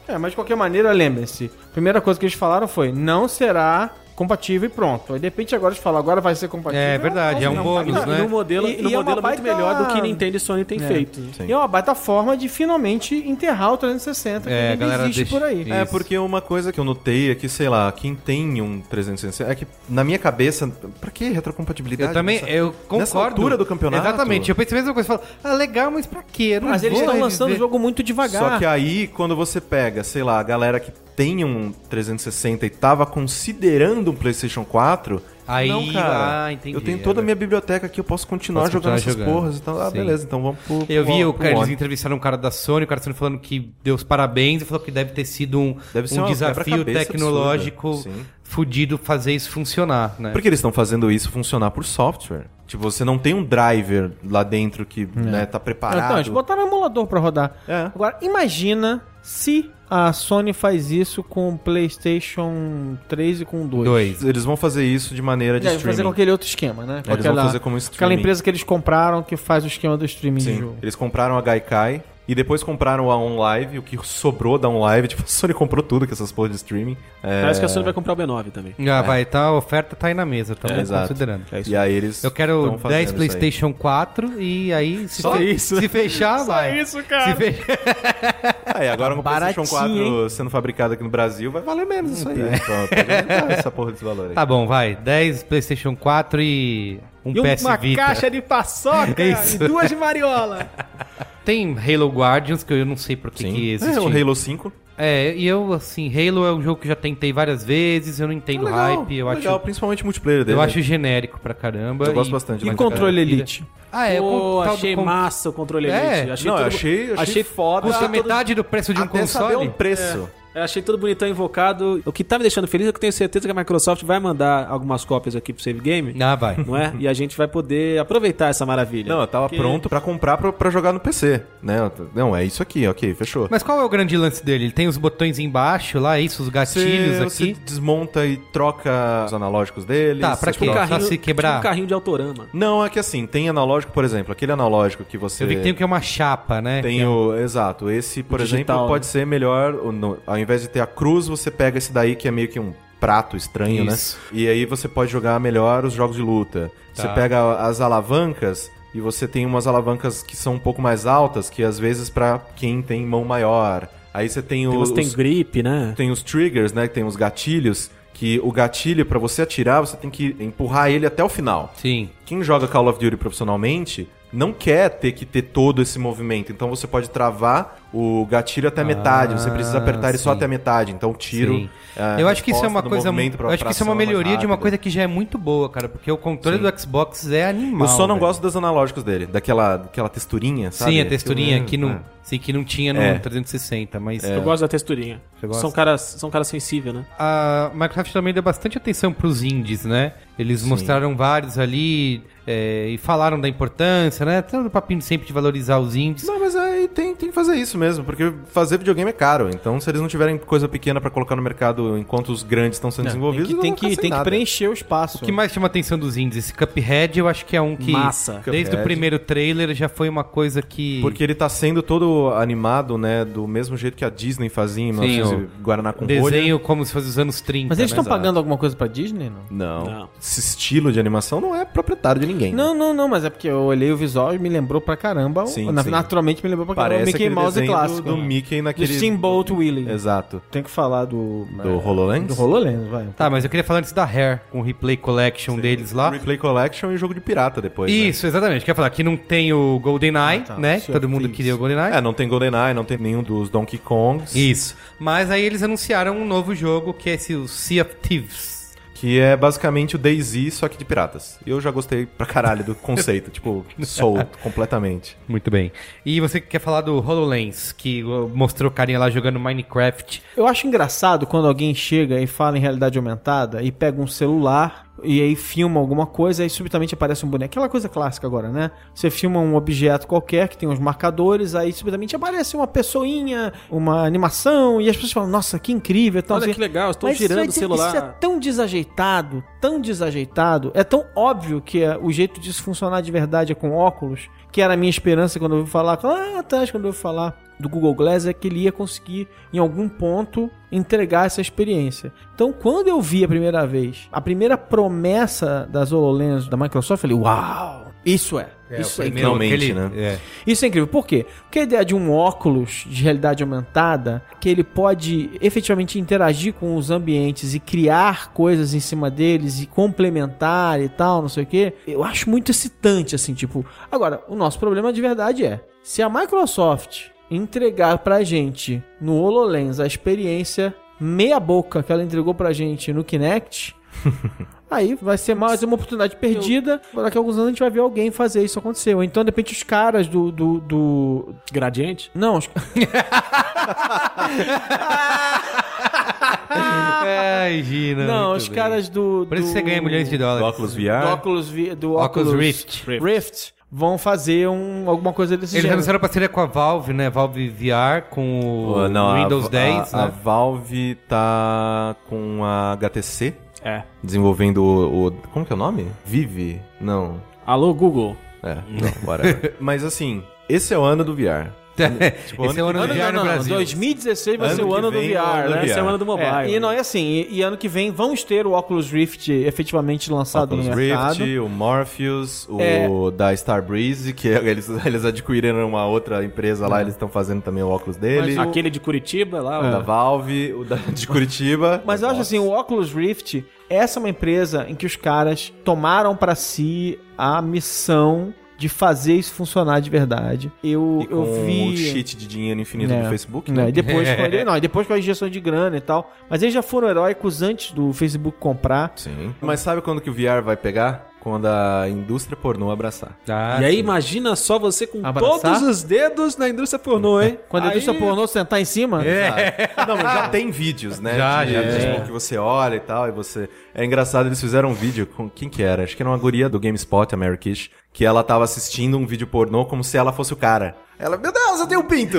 É, mas de qualquer maneira, lembrem-se. A primeira coisa que eles falaram foi, não será compatível e pronto. Aí de repente agora eles falam, agora vai ser compatível. É verdade, é um não, bônus, não, né? E no modelo, E- no e é modelo uma muito baita- melhor do que Nintendo e Sony têm É. feito. Sim. E é uma baita forma de finalmente enterrar o trezentos e sessenta, É, que a ainda galera existe deixa- por aí. Isso. É, porque uma coisa que eu notei é que, sei lá, quem tem um trezentos e sessenta... É que, na minha cabeça, pra que retrocompatibilidade? Eu também, nessa- eu concordo. Nessa altura do campeonato? Exatamente, eu pensei a mesma coisa. Falo, ah, legal, mas pra quê? Eu não Mas eles vou estão lançando o reviver. jogo muito devagar. Só que aí, quando você pega, sei lá, a galera que tem um trezentos e sessenta e tava considerando um PlayStation quatro... Aí, não, cara, ah, entendi. eu tenho toda a minha biblioteca aqui, eu posso continuar Posso jogando continuar essas jogando. porras. Então, ah, Sim. beleza, então vamos pro... Eu vi pro- o pro cara, eles One. entrevistaram um cara da Sony, o cara Sony falando que deu os parabéns e falou que deve ter sido um, Deve ser um uma desafio quebra-cabeça tecnológico absurda. Sim. fudido fazer isso funcionar, né? Porque eles estão fazendo isso funcionar por software. Tipo, você não tem um driver lá dentro que né, tá preparado. Então, eles botaram um emulador pra rodar. É. Agora, imagina se a Sony faz isso com o PlayStation três e com o dois. Dois. Eles vão fazer isso de maneira de É, streaming. fazer com aquele outro esquema, né? Com Eles vão fazer como streaming. Aquela empresa que eles compraram que faz o esquema do streaming de Sim, jogo. eles compraram a Gaikai e depois compraram a OnLive, o que sobrou da OnLive. Tipo, a Sony comprou tudo com essas porras de streaming. É... Parece que a Sony vai comprar o B nove também. Ah, vai, tá, a oferta tá aí na mesa, estamos É, exato. considerando. É isso. E aí eles Eu quero tão fazendo dez isso PlayStation quatro e aí se, Só fe- isso. se fechar, vai. isso, cara. Se fechar. aí. Aí agora um PlayStation Baratinho, quatro sendo fabricado aqui no Brasil vai valer menos isso aí. Então, pode aumentar essa porra desse valor aí. Tá bom, vai. dez PlayStation quatro e um E P S uma Vita. caixa de paçoca Isso. e duas de mariola. Tem Halo Guardians, que eu não sei por que Sim. que existe. É, o Halo cinco. É, e eu, assim, Halo é um jogo que eu já tentei várias vezes, eu não entendo É legal, hype, eu legal, acho... principalmente o multiplayer dele. Eu acho genérico pra caramba. Eu gosto e- bastante. E Mas, controle cara, Elite? Ah, é. Pô, o tal do achei con- massa o controle É. Elite. Achei Não, eu tudo- achei, achei, foda. Custa todo- metade do preço de um Até saber console. um preço. Eu achei tudo bonitão invocado. O que tá me deixando feliz é que eu tenho certeza que a Microsoft vai mandar algumas cópias aqui pro Save Game. Ah, vai. Não é? E a gente vai poder aproveitar essa maravilha. Não, eu tava Porque- pronto pra comprar pra, pra jogar no P C, né? Não, é isso aqui, ok, fechou. Mas qual é o grande lance dele? Ele tem os botões embaixo lá, isso, os gatilhos você, aqui. você desmonta e troca os analógicos dele. Tá, pra você quê? Um troca- carrinho, Pra se quebrar? tipo um carrinho de autorama. Não, é que assim, tem analógico, por exemplo, aquele analógico que você... Eu vi que tem o que é uma chapa, né? Tem Que é um- o... Exato, esse, por digital, exemplo, né? pode ser melhor, o- no- ao invés de ter a cruz, você pega esse daí que é meio que um prato estranho, Isso. né? E aí você pode jogar melhor os jogos de luta. Tá. Você pega as alavancas e você tem umas alavancas que são um pouco mais altas, que às vezes pra quem tem mão maior. Aí você tem, Tem, os, você tem os- grip, né? tem os triggers, né? Que tem os gatilhos, que o gatilho, pra você atirar, você tem que empurrar ele até o final. Sim. Quem joga Call of Duty profissionalmente não quer ter que ter todo esse movimento. Então você pode travar o gatilho até a metade. Você precisa apertar ele só sim. até a metade. Então tiro. Sim. a Eu acho que isso é uma resposta do coisa. movimento pra- Eu acho pra que isso é uma ação mais melhoria de uma rápida. coisa que já é muito boa, cara. Porque o controle Sim. do Xbox é animal. Eu só não velho. gosto dos analógicos dele. Daquela, daquela texturinha, sabe? Sim, a texturinha Que eu- que não, é. sim, que não tinha no É. trezentos e sessenta, mas Eu gosto da texturinha. Você gosta? São caras, são caras sensíveis, né? a Microsoft também deu bastante atenção pros indies, né? Eles mostraram vários ali é, e falaram da importância, né? Todo o papinho sempre de valorizar os indies. Não, mas aí tem, tem que fazer isso mesmo, porque fazer videogame é caro. Então, se eles não tiverem coisa pequena pra colocar no mercado enquanto os grandes estão sendo desenvolvidos, Tem que, eles tem não vão que, ficar sem tem que nada. preencher o espaço. O que mais chama a atenção dos indies? Esse Cuphead, eu acho que é um que... Massa. Desde o Cuphead. primeiro trailer já foi uma coisa que... Porque ele tá sendo todo animado, né? Do mesmo jeito que a Disney fazia em Sim, mil e novecentos o e Guaraná com rolha. desenho como se fosse os anos trinta, Mas eles né? estão pagando alguma coisa pra Disney, não? Não. Não. Esse estilo de animação não é proprietário de ninguém. Não, não, não, mas é porque eu olhei o visual e me lembrou pra caramba. Sim, na- sim. Naturalmente me lembrou pra caramba o Parece Mickey aquele Mouse desenho clássico. do, do né? Mickey Do naquele... Steamboat Willie. Exato. Tem que falar do... Do HoloLens? Do HoloLens, vai. Tá, mas eu queria falar antes da Rare, com o Replay Collection deles lá. Replay Collection e jogo de pirata depois, né? Isso, exatamente. Quer falar que não tem o GoldenEye, Ah, tá. né? Sea Todo of mundo Thieves. queria o GoldenEye. É, não tem GoldenEye, não tem nenhum dos Donkey Kongs. Isso. Mas aí eles anunciaram um novo jogo, que é esse o Sea of Thieves. Que é basicamente o DayZ, só que de piratas. Eu já gostei pra caralho do conceito, tipo, Soul, completamente. Muito bem. E você quer falar do HoloLens, que uh, mostrou o carinha lá jogando Minecraft. Eu acho engraçado quando alguém chega e fala em realidade aumentada e pega um celular e aí filma alguma coisa e subitamente aparece um boneco. Aquela coisa clássica agora, né? Você filma um objeto qualquer que tem uns marcadores, aí subitamente aparece uma pessoinha, uma animação e as pessoas falam, nossa, que incrível. Tal, Olha assim. que legal, estou Mas girando o isso é, celular. Isso é tão desajeitado, tão desajeitado, é tão óbvio que é, o jeito disso funcionar de verdade é com óculos, que era a minha esperança quando eu ouvi falar, lá atrás quando eu ouvi falar. do Google Glass é que ele ia conseguir, em algum ponto, entregar essa experiência. Então, quando eu vi a primeira vez, a primeira promessa das HoloLens da Microsoft, eu falei, uau, isso é. É, isso o é primeiro, incrível. Finalmente, aquele- né? é. Isso é incrível. Por quê? Porque a ideia de um óculos de realidade aumentada, que ele pode efetivamente interagir com os ambientes e criar coisas em cima deles e complementar e tal, não sei o quê, eu acho muito excitante, assim, tipo... Agora, o nosso problema de verdade é, se a Microsoft entregar pra gente no HoloLens a experiência meia boca que ela entregou pra gente no Kinect... Aí vai ser mais uma oportunidade perdida. Daqui a alguns anos a gente vai ver alguém fazer isso acontecer. Ou então, de repente, os caras do... do, do... Gradiente? Não, os... Ai, Gina. Não, muito os bem. caras do... Por isso do... você ganha milhões de Do dólares. óculos V Do R. Oculus, Vi- do Oculus Oculus Rift. Rift. Vão fazer um, alguma coisa desse Eles gênero. anunciaram parceria com a Valve, né? Valve V R com o Oh, não, a- Windows a, dez, A, né? Valve tá com a H T C É. desenvolvendo o, o- como que é o nome? Vive? Não. Alô, Google. É, não, bora. Mas assim, esse é o ano do V R. Tipo, Esse é o ano Não, do não, V R não, no não. Brasil. dois mil e dezesseis vai Ano ser o que ano do vem V é o ano R, do né? Esse é o ano do mobile. É, e não é assim, e, e ano que vem vamos ter o Oculus Rift efetivamente lançado Oculus no mercado. Rift, o Morpheus, o É. da Starbreeze, que eles, eles adquiriram uma outra empresa lá, eles estão fazendo também o óculos dele. Mas o- Aquele de Curitiba lá. O o da Valve, o da, de Curitiba. Mas eu acho assim, o Oculus Rift, essa é uma empresa em que os caras tomaram pra si a missão de fazer isso funcionar de verdade. Eu, E com eu vi... o cheat de dinheiro infinito É. do Facebook, Né, né? e depois, com, não, e depois com a injeção de grana e tal. Mas eles já foram heróicos antes do Facebook comprar. Sim. Mas sabe quando que o V R vai pegar? Quando a indústria pornô abraçar. Ah, E aí, sim. imagina só você com Abraçar? todos os dedos na indústria pornô, hein? Quando a Aí- indústria pornô sentar em cima... Não, mas já tem vídeos, né? Já, de, já de, tem. tipo, que você olha e tal, e você... É engraçado, eles fizeram um vídeo com... Quem que era? Acho que era uma guria do GameSpot, a Mary Kish, que ela tava assistindo um vídeo pornô como se ela fosse o cara. Ela, meu Deus, eu tenho um pinto!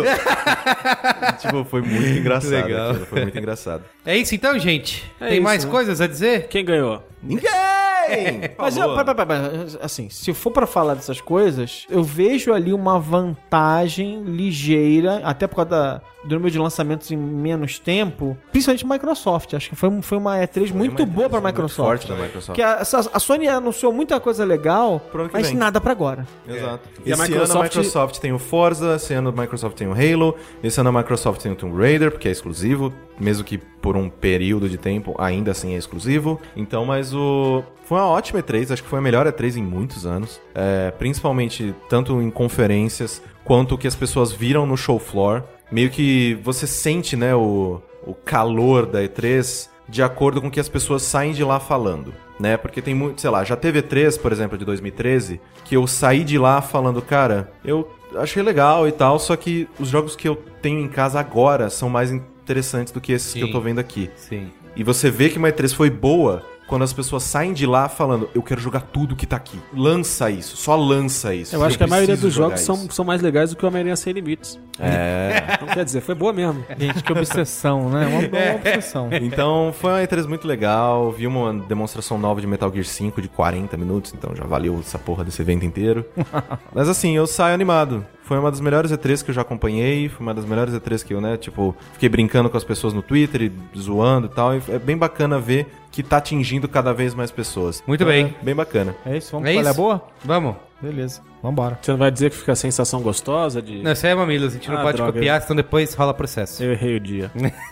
Tipo, foi muito engraçado. Legal. aquilo, foi muito engraçado. É isso então, gente? É Tem isso, mais né? coisas a dizer? Quem ganhou? Ninguém! Mas, eu, Falou. pa- pa- pa- pa- assim, se for pra falar dessas coisas, eu vejo ali uma vantagem ligeira, até por causa da, do número de lançamentos em menos tempo, principalmente Microsoft. Acho que foi, um- foi uma E três muito uma boa pra muito Microsoft. forte da Microsoft. Que a, essa- a Sony anunciou muita coisa legal, Pro ano que mas vem. nada pra agora. Exato. E a Esse ano a Microsoft- Microsoft tem o Forza, esse ano a Microsoft tem o Halo, esse ano a Microsoft tem o Tomb Raider, porque é exclusivo, mesmo que por um período de tempo, ainda assim é exclusivo. Então, mas o... Foi uma ótima E três, acho que foi a melhor E três em muitos anos. É, principalmente tanto em conferências, quanto o que as pessoas viram no show floor. Meio que você sente, né, o, o calor da E três de acordo com o que as pessoas saem de lá falando, né? Porque tem muito, sei lá, já teve E três, por exemplo, de dois mil e treze, que eu saí de lá falando, cara, eu achei legal e tal, só que os jogos que eu tenho em casa agora são mais interessantes do que esses Sim. que eu tô vendo aqui. Sim. E você vê que uma E três foi boa quando as pessoas saem de lá falando, eu quero jogar tudo que tá aqui. Lança isso, só lança isso. Eu acho que a maioria preciso dos jogar jogos são, isso. são mais legais do que o Homem-Aranha Sem Limites. É. Então, quer dizer, foi boa mesmo. Gente, que obsessão, né? Uma, uma obsessão. Então foi uma E três muito legal. Vi uma demonstração nova de Metal Gear cinco de quarenta minutos, então já valeu essa porra desse evento inteiro. Mas assim, eu saio animado. Foi uma das melhores E três que eu já acompanhei. Foi uma das melhores E três que eu, né, tipo, fiquei brincando com as pessoas no Twitter e zoando e tal. E é bem bacana ver que tá atingindo cada vez mais pessoas. Muito Então, bem. é bem bacana. É isso? Vamos É pra isso? a boa? Vamos. Beleza, vambora. Você não vai dizer que fica a sensação gostosa de... Não, isso aí é mamilos, a gente não Ah, pode droga. copiar, senão depois rola processo. Eu errei o dia.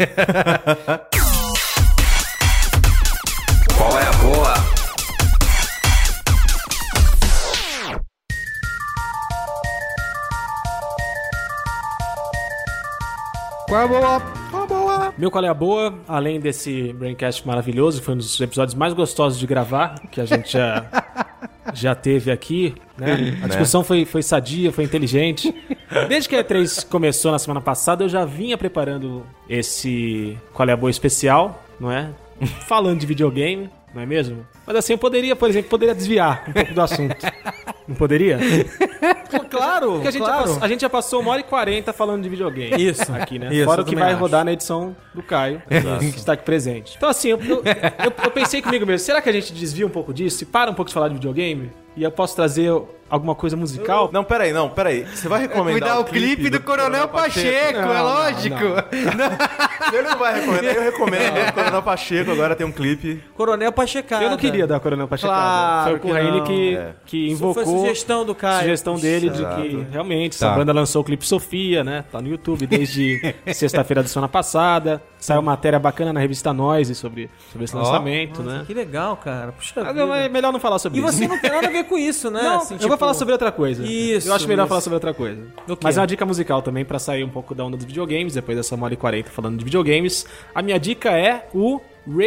Qual é a boa? Qual é a boa? Meu Qual é a Boa, além desse Braincast maravilhoso, foi um dos episódios mais gostosos de gravar, que a gente já, já teve aqui, né? A discussão foi, foi sadia, foi inteligente. Desde que a E três começou na semana passada, eu já vinha preparando esse Qual é a Boa especial, não é? Falando de videogame, não é mesmo? Mas assim, eu poderia, por exemplo, poderia desviar um pouco do assunto. Não poderia? Claro, Porque a gente, já claro. passou, a gente já passou uma hora e quarenta falando de videogame. Isso. Aqui, né? Isso, Fora eu o que também vai acho. rodar na edição do Caio, que está aqui presente. Então, assim, eu, eu, eu- eu pensei comigo mesmo, será que a gente desvia um pouco disso e para um pouco de falar de videogame? e eu posso trazer alguma coisa musical. Não, peraí, não, peraí. Você vai recomendar Me dá o clipe do, Coronel Pacheco, Não, é não, lógico. Ele não vai recomendar, eu recomendo. O Coronel Pacheco agora tem um clipe. Coronel Pachecada. Eu não queria dar Coronel Pacheco. Claro Foi o que Corraine não. que, É. que Isso invocou. foi sugestão do Caio. Sugestão dele de Exato. que realmente Tá. essa banda lançou o clipe Sofia, né? Tá no YouTube desde sexta-feira da semana passada. Saiu matéria bacana na revista Noise sobre, sobre esse Ó. lançamento, né? Que legal, cara. Puxa Mas vida. é melhor não falar sobre E isso. você não tem nada a ver com isso, né? Não, Assim, eu tipo, vou falar sobre outra coisa. Isso, Eu acho melhor isso. falar sobre outra coisa. O quê? Mas é uma dica musical também pra sair um pouco da onda dos videogames, depois dessa uma hora e quarenta falando de videogames. A minha dica é o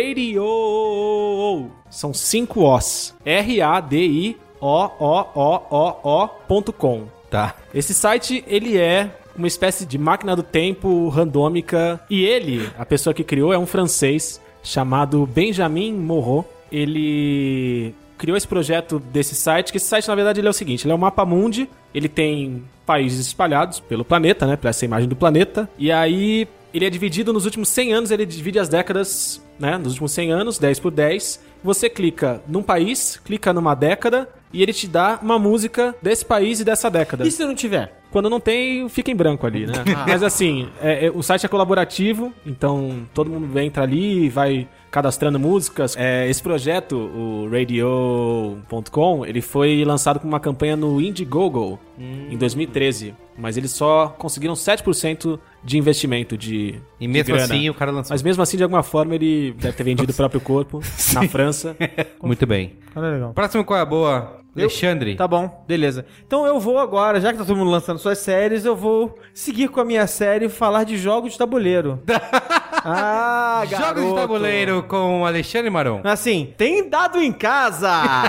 Radio. São cinco Os. R A D I O O O O O ponto com. Tá. Esse site, ele é uma espécie de máquina do tempo randômica. E ele, a pessoa que criou, é um francês chamado Benjamin Morot. Ele criou esse projeto desse site, que esse site, na verdade, ele é o seguinte, ele é um mapa mundi, ele tem países espalhados pelo planeta, né, pra essa imagem do planeta, e aí ele é dividido nos últimos cem anos, ele divide as décadas, né, nos últimos cem anos, dez por dez, você clica num país, clica numa década, e ele te dá uma música desse país e dessa década. E se não tiver? Quando não tem, fica em branco ali, né? Mas assim, é, é, o site é colaborativo, então todo mundo entra ali e vai cadastrando músicas. É, esse projeto, o Radio ponto com, ele foi lançado com uma campanha no Indiegogo hum. em dois mil e treze, mas eles só conseguiram sete por cento de investimento de E mesmo de grana. assim o cara lançou. Mas mesmo assim, de alguma forma, ele deve ter vendido o próprio corpo na França. Muito bem. Olha, legal. Próximo qual é a boa? Alexandre. Tá bom, beleza. Então eu vou agora, já que tá todo mundo lançando suas séries, eu vou seguir com a minha série e falar de jogos de tabuleiro. Ah, garoto. Jogos de tabuleiro com Alexandre Maron. Assim, tem dado em casa.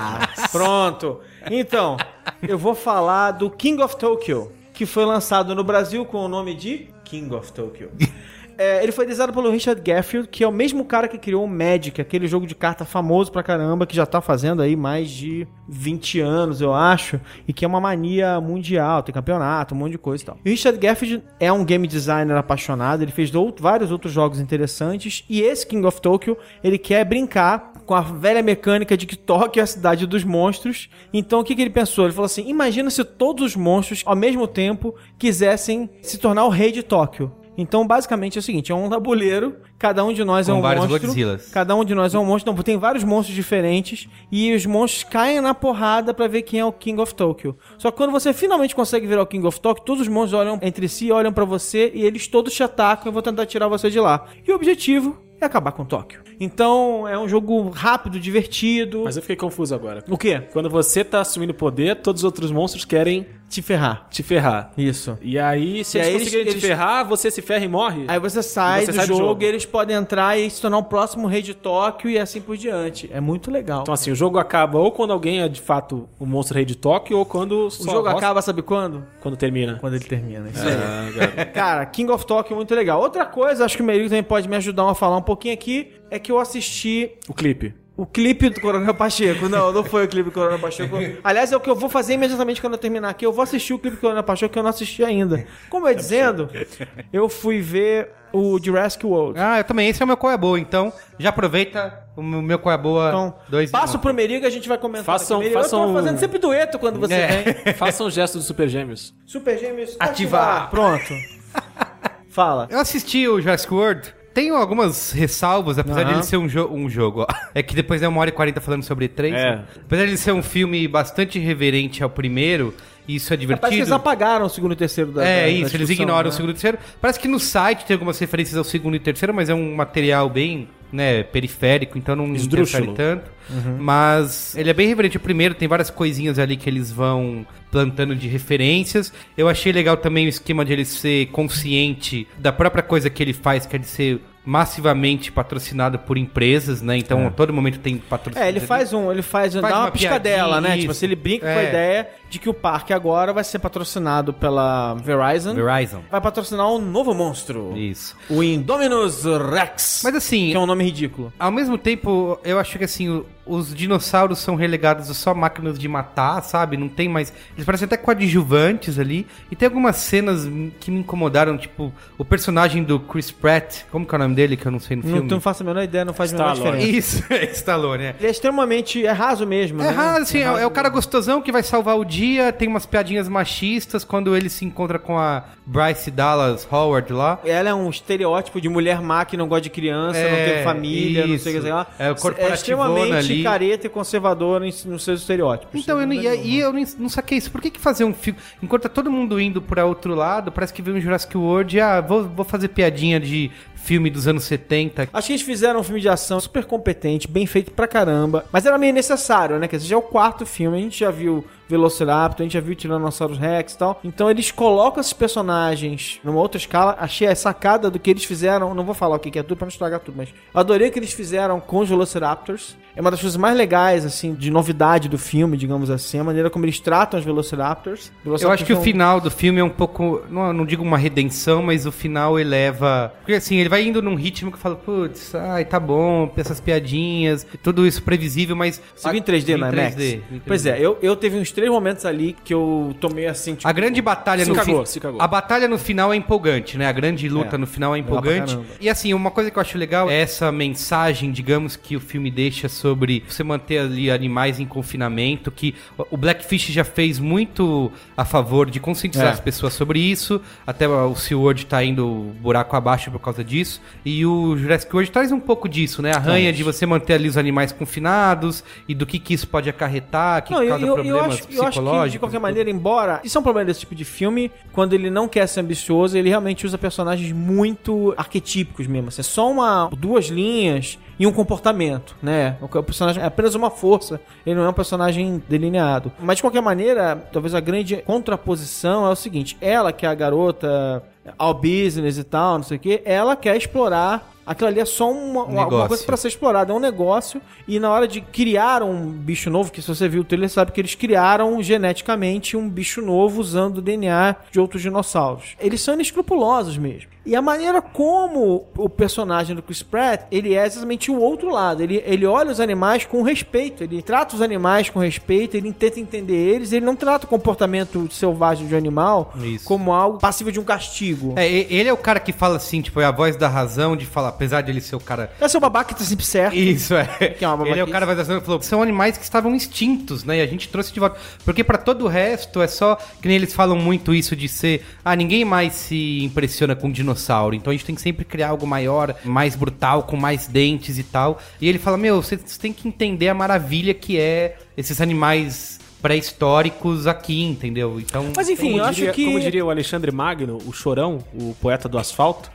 Pronto. Então, eu vou falar do King of Tokyo, que foi lançado no Brasil com o nome de King of Tokyo. É, ele foi desenhado pelo Richard Garfield, que é o mesmo cara que criou o Magic, aquele jogo de carta famoso pra caramba, que já tá fazendo aí mais de vinte anos, eu acho, e que é uma mania mundial, tem campeonato, um monte de coisa e tal. O Richard Garfield é um game designer apaixonado, ele fez do- vários outros jogos interessantes, e esse King of Tokyo, ele quer brincar com a velha mecânica de que Tóquio é a cidade dos monstros. Então o que, que ele pensou? Ele falou assim, imagina se todos os monstros, ao mesmo tempo, quisessem se tornar o rei de Tóquio. Então, basicamente, é o seguinte, é um tabuleiro, cada um de nós Com é um vários monstro. Godzillas. Cada um de nós é um monstro. Não, tem vários monstros diferentes e os monstros caem na porrada pra ver quem é o King of Tokyo. Só que quando você finalmente consegue virar o King of Tokyo, todos os monstros olham entre si, olham pra você e eles todos te atacam e vão tentar tirar você de lá. E o objetivo é acabar com Tóquio. Então, é um jogo rápido, divertido. Mas eu fiquei confuso agora. O quê? Quando você tá assumindo poder, todos os outros monstros querem Te ferrar. te ferrar. Isso. E aí, se E eles aí eles- conseguirem eles- te ferrar, você se ferra e morre? Aí você sai Você do sai do jogo, jogo. e eles podem entrar e se tornar o próximo rei de Tóquio e assim por diante. É muito legal. Então assim, o jogo acaba ou quando alguém é de fato o monstro rei de Tóquio, ou quando o jogo acaba, sabe quando? quando termina. Quando ele termina. Isso Ah, aí. Cara, King of Tokyo é muito legal. Outra coisa, acho que o Merigo também pode me ajudar a falar um pouquinho aqui, é que eu assisti O clipe. o clipe do Coronel Pacheco. Não, não foi o clipe do Coronel Pacheco. Aliás, é o que eu vou fazer imediatamente quando eu terminar aqui. Eu vou assistir o clipe do Coronel Pacheco que eu não assisti ainda. Como eu ia dizendo, eu fui ver o Jurassic World. Ah, eu também. Esse é o meu qual é boa. Então, já aproveita o meu qual é boa. Então, dois passo pro Merigo e a gente vai comentar. Façam- aqui. Merigo, eu façam- tô fazendo sempre dueto quando você É. vem. Faça um gesto dos Super Gêmeos. Super Gêmeos, Ativar. ativar. Pronto. Fala. Eu assisti o Jurassic World. Tenho algumas ressalvas, apesar Aham. de ele ser um, jo- um jogo. Ó. É que depois é uma hora e quarenta falando sobre E três. É. né? Apesar de ele ser um filme bastante reverente ao primeiro, e isso é Parece que divertido. eles apagaram o segundo e o terceiro da É da- da isso, eles discussão, ignoram né? o segundo e o terceiro. Parece que no site tem algumas referências ao segundo e terceiro, mas é um material bem, né, periférico, então não Esdrúxulo. interfere tanto. Mas ele é bem reverente ao primeiro, tem várias coisinhas ali que eles vão plantando de referências. Eu achei legal também o esquema de ele ser consciente da própria coisa que ele faz, que é de ser massivamente patrocinado por empresas, né? Então, a todo momento tem patrocínio. É, ele faz um, ele faz, Faz dá uma, uma piscadela, né? piadinha, Tipo, isso. assim, ele brinca com a É. ideia de que o parque agora vai ser patrocinado pela Verizon. Verizon. Vai patrocinar um novo monstro. Isso. O Indominus Rex. Mas assim, que é um nome ridículo. ao mesmo tempo, eu acho que assim, o- os dinossauros são relegados a só máquinas de matar, sabe? Não tem mais... Eles parecem até coadjuvantes ali. E tem algumas cenas que me incomodaram, tipo, o personagem do Chris Pratt, como que é o nome dele, que eu não sei no Não, filme? não faço a menor ideia, não faz a menor Stallone. diferença. Isso, é Stallone, é. Ele é extremamente... É raso mesmo, É né? raso, assim, é, é o cara gostosão que vai salvar o dia, tem umas piadinhas machistas quando ele se encontra com a Bryce Dallas Howard lá. Ela é um estereótipo de mulher má que não gosta de criança, É, não teve família, não sei o que isso. sei lá. É o corporativona extremamente ali. careta e conservadora em- nos seus estereótipos. Então, eu não, e, e eu não, não saquei isso. Por que, que fazer um filme... Enquanto tá todo mundo indo pra outro lado, parece que vem um Jurassic World e, ah, vou, vou fazer piadinha de filme dos anos setenta. Acho que eles fizeram um filme de ação super competente, bem feito pra caramba. Mas era meio necessário, né? Quer dizer, já é o quarto filme. A gente já viu Velociraptor, a gente já viu Tyrannosaurus Rex e tal. Então eles colocam esses personagens numa outra escala. Achei a sacada do que eles fizeram. Não vou falar o que que é tudo pra não estragar tudo, mas eu adorei o que eles fizeram com os Velociraptors. É uma das coisas mais legais, assim, de novidade do filme, digamos assim. A maneira como eles tratam os Velociraptors. Eu acho que o são- final do filme é um pouco... Não, não digo uma redenção, mas o final eleva... Porque assim, ele vai indo num ritmo que eu falo, putz, ai, tá bom, essas piadinhas, tudo isso previsível, mas... Você viu em três D, Em não é, Max? três D, em Pois três D. é, eu, eu teve uns três momentos ali que eu tomei assim, tipo... A grande batalha Se no cagou, fim- se cagou. A batalha no final é empolgante, né? A grande luta É, no final é legal pra empolgante. caramba. E assim, uma coisa que eu acho legal é essa mensagem, digamos, que o filme deixa sobre você manter ali animais em confinamento, que o Blackfish já fez muito a favor de conscientizar É. as pessoas sobre isso. Até o SeaWorld tá indo buraco abaixo por causa disso. E o Jurassic World traz um pouco disso, né? A ranha de você manter ali os animais confinados e do que, que isso pode acarretar, que Não, eu, causa eu, eu, problemas acho, eu acho psicológicos. que, de qualquer e tudo. maneira, embora... Isso é um problema desse tipo de filme, quando ele não quer ser ambicioso, ele realmente usa personagens muito arquetípicos mesmo. Assim, é só uma, duas linhas e um comportamento, né? O personagem é apenas uma força, ele não é um personagem delineado. Mas, de qualquer maneira, talvez a grande contraposição é o seguinte. Ela, que é a garota all business e tal, não sei o quê, ela quer explorar... Aquilo ali é só uma, uma, Negócio. uma coisa pra ser explorada, é um negócio. E na hora de criar um bicho novo, que se você viu o trailer, sabe que eles criaram geneticamente um bicho novo usando o D N A de outros dinossauros. Eles são inescrupulosos mesmo. E a maneira como o personagem do Chris Pratt, ele é exatamente o outro lado. Ele, ele olha os animais com respeito, ele trata os animais com respeito, ele tenta entender eles, ele não trata o comportamento selvagem de um animal Isso. como algo passível de um castigo. É, e- ele é o cara que fala assim, tipo, é a voz da razão de falar, apesar de ele ser o cara... Esse é o babaca que tá sempre certo. Isso, é. Que é uma Ele é o babaquice. cara que vai dar falou, são animais que estavam extintos, né? E a gente trouxe de volta. Porque pra todo o resto é só... Que nem eles falam muito isso de ser... Ah, ninguém mais se impressiona com dinossauro. Então a gente tem que sempre criar algo maior, mais brutal, com mais dentes e tal. E ele fala, meu, vocês têm que entender a maravilha que é esses animais pré-históricos aqui, entendeu? Então... Mas enfim, Como eu diria, acho que... como diria o Alexandre Magno, o Chorão, o poeta do asfalto,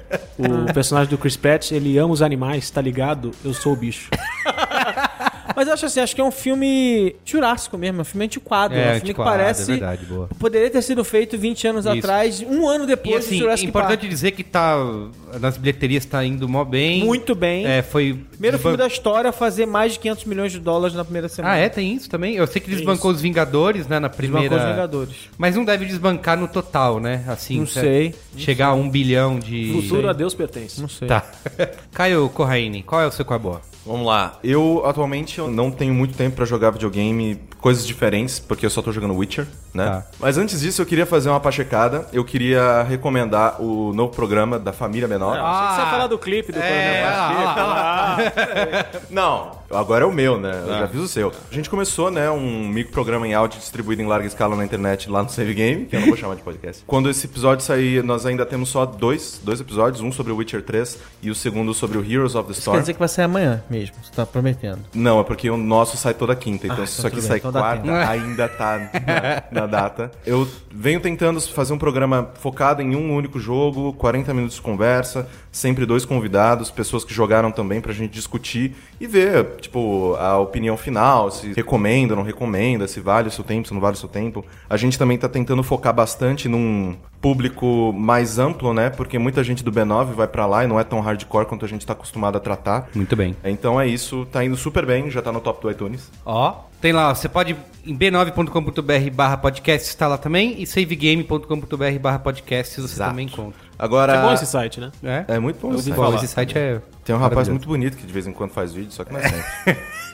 o personagem do Chris Pratt, ele ama os animais, tá ligado? Eu sou o bicho. Mas eu acho assim, acho que é um filme jurássico mesmo, é um filme antiquado. É, um filme antiquado, que parece... é verdade, boa. Poderia ter sido feito vinte anos Isso. atrás, um ano E depois assim, do Jurassic importante Park. dizer que tá... Nas bilheterias tá indo mó bem. Muito bem. É, foi... Primeiro filme desban- da história a fazer mais de quinhentos milhões de dólares na primeira semana. Ah, é? Tem isso também? Eu sei que desbancou os Vingadores, né, na primeira... Desbancou os Vingadores. Mas não deve desbancar no total, né? Assim, Não se- sei. Chegar a um bilhão de... Futuro a Deus pertence. Não sei. Tá. Caio Corraine, qual é o seu qual é boa? Vamos lá. Eu, atualmente, eu não tenho muito tempo pra jogar videogame, coisas diferentes, porque eu só tô jogando Witcher, né? Tá. Mas antes disso, eu queria fazer uma pachecada. Eu queria recomendar o novo programa da Família Menor. Ah, você ia falar do clipe do É, Coronel ah, Baixo. Não, agora é o meu, né? Eu já fiz o seu. A gente começou, né, um microprograma em áudio distribuído em larga escala na internet lá no Save Game, que eu não vou chamar de podcast. Quando esse episódio sair, nós ainda temos só dois, dois episódios, um sobre o Witcher três e o segundo sobre o Heroes of the Quer Storm. dizer que vai sair amanhã mesmo, você tá prometendo. Não, é porque o nosso sai toda quinta, então Ah, se então isso aqui tudo bem, sai então dá quarta, tempo. ainda tá na, na data. Eu venho tentando fazer um programa focado em um único jogo, quarenta minutos de conversa, sempre dois convidados, pessoas que jogaram também pra gente discutir e ver, tipo, a opinião final, se recomenda, não recomenda, se vale o seu tempo, se não vale o seu tempo. A gente também tá tentando focar bastante num público mais amplo, né? Porque muita gente do B nove vai pra lá e não é tão hardcore quanto a gente tá acostumado a tratar. Muito bem. Então é isso, tá indo super bem, já tá no top do iTunes. Ó, tem lá, você pode em b nove ponto com ponto b r barra podcast está lá também e savegame ponto com ponto b r barra podcast você Exato. também encontra. Agora. É bom esse site, né? É? É muito bom esse Bom, site. esse site é Tem um rapaz maravilhoso. muito bonito que de vez em quando faz vídeo, só que não é sempre.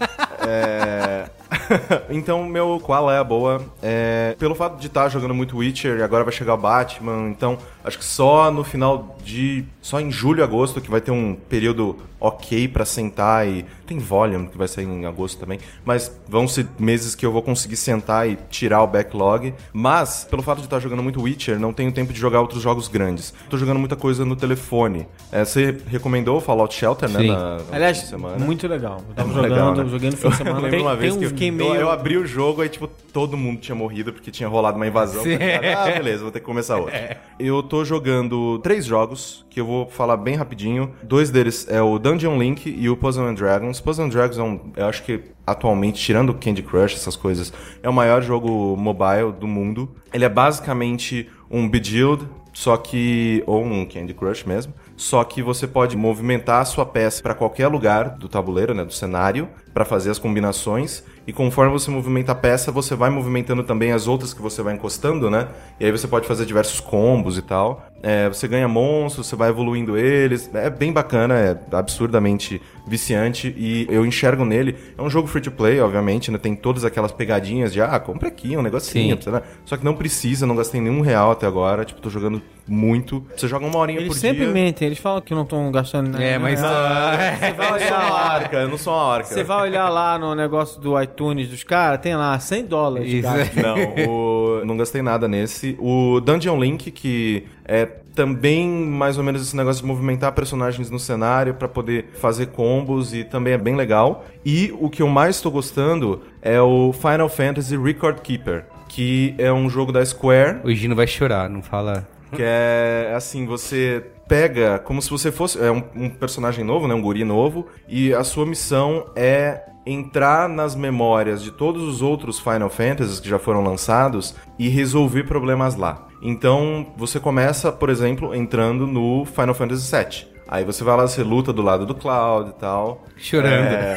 É... Então, meu qual é a boa? É... Pelo fato de estar jogando muito Witcher e agora vai chegar o Batman, então acho que só no final de... Só em julho e agosto que vai ter um período ok pra sentar e... Tem Volume que vai sair em agosto também, mas vão ser meses que eu vou conseguir sentar e tirar o backlog. Mas, pelo fato de estar jogando muito Witcher, não tenho tempo de jogar outros jogos grandes. Tô jogando muita coisa no telefone. É, você recomendou o Fallout Shelter, Sim. né? Na, na Aliás, semana. muito legal. Eu tava É jogando, legal, né? joguei no fim de semana. Eu lembro Tem- uma vez tem que uns- eu, fiquei eu, meio- eu abri o jogo e, tipo, todo mundo tinha morrido porque tinha rolado uma invasão. Sim. Ah, beleza, vou ter que começar outro. Eu tô jogando três jogos que eu vou falar bem rapidinho. Dois deles é o Dungeon Link e o Puzzle and Dragons. Puzzle and Dragons é um, eu acho que atualmente, tirando o Candy Crush, essas coisas, é o maior jogo mobile do mundo. Ele é basicamente um Bejeweled, só que... ou um Candy Crush mesmo. Só que você pode movimentar a sua peça para qualquer lugar do tabuleiro, né, do cenário, para fazer as combinações. E conforme você movimenta a peça, você vai movimentando também as outras que você vai encostando, né? E aí você pode fazer diversos combos e tal. É, você ganha monstros, você vai evoluindo eles. É bem bacana, é absurdamente viciante. E eu enxergo nele... É um jogo free to play, obviamente, né? Tem todas aquelas pegadinhas de, ah, compra aqui um negocinho. Sim. Né? Só que não precisa, não gastei nenhum real até agora. Tipo, tô jogando muito. Você joga uma horinha Eles por sempre dia. mentem, eles falam que não estão gastando nada. É, mas... Você vai Eu não sou olhar uma lá, arca, eu não sou uma arca. você vai olhar lá no negócio do iTunes dos caras, tem lá cem dólares. Isso. cara. Não, o... não gastei nada nesse. O Dungeon Link, que é também mais ou menos esse negócio de movimentar personagens no cenário pra poder fazer combos e também é bem legal. E o que eu mais tô gostando é o Final Fantasy Record Keeper, que é um jogo da Square, O Gino vai chorar, não fala... que é assim, você pega como se você fosse é um, um personagem novo, né, um guri novo, e a sua missão é entrar nas memórias de todos os outros Final Fantasies que já foram lançados e resolver problemas lá. Então, você começa, por exemplo, entrando no Final Fantasy sete. Aí você vai lá, você luta do lado do Cloud e tal. Chorando. É...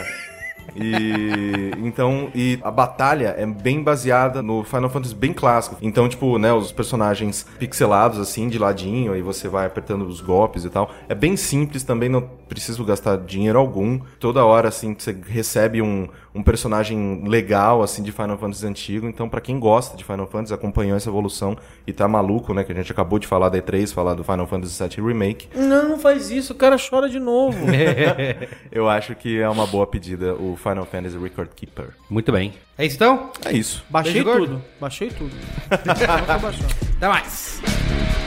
E então, e a batalha é bem baseada no Final Fantasy bem clássico. Então, tipo, né, os personagens pixelados assim, de ladinho, aí você vai apertando os golpes e tal. É bem simples também, não preciso gastar dinheiro algum. Toda hora assim você recebe um, um personagem legal assim de Final Fantasy antigo. Então, pra quem gosta de Final Fantasy, acompanhou essa evolução e tá maluco, né, que a gente acabou de falar da E três, falar do Final Fantasy sete Remake. Não, não faz isso, o cara chora de novo. Eu acho que é uma boa pedida o Final Fantasy Record Keeper. Muito bem. É isso então? É isso. Baixei Beijo gordo. tudo, baixei tudo. Até mais.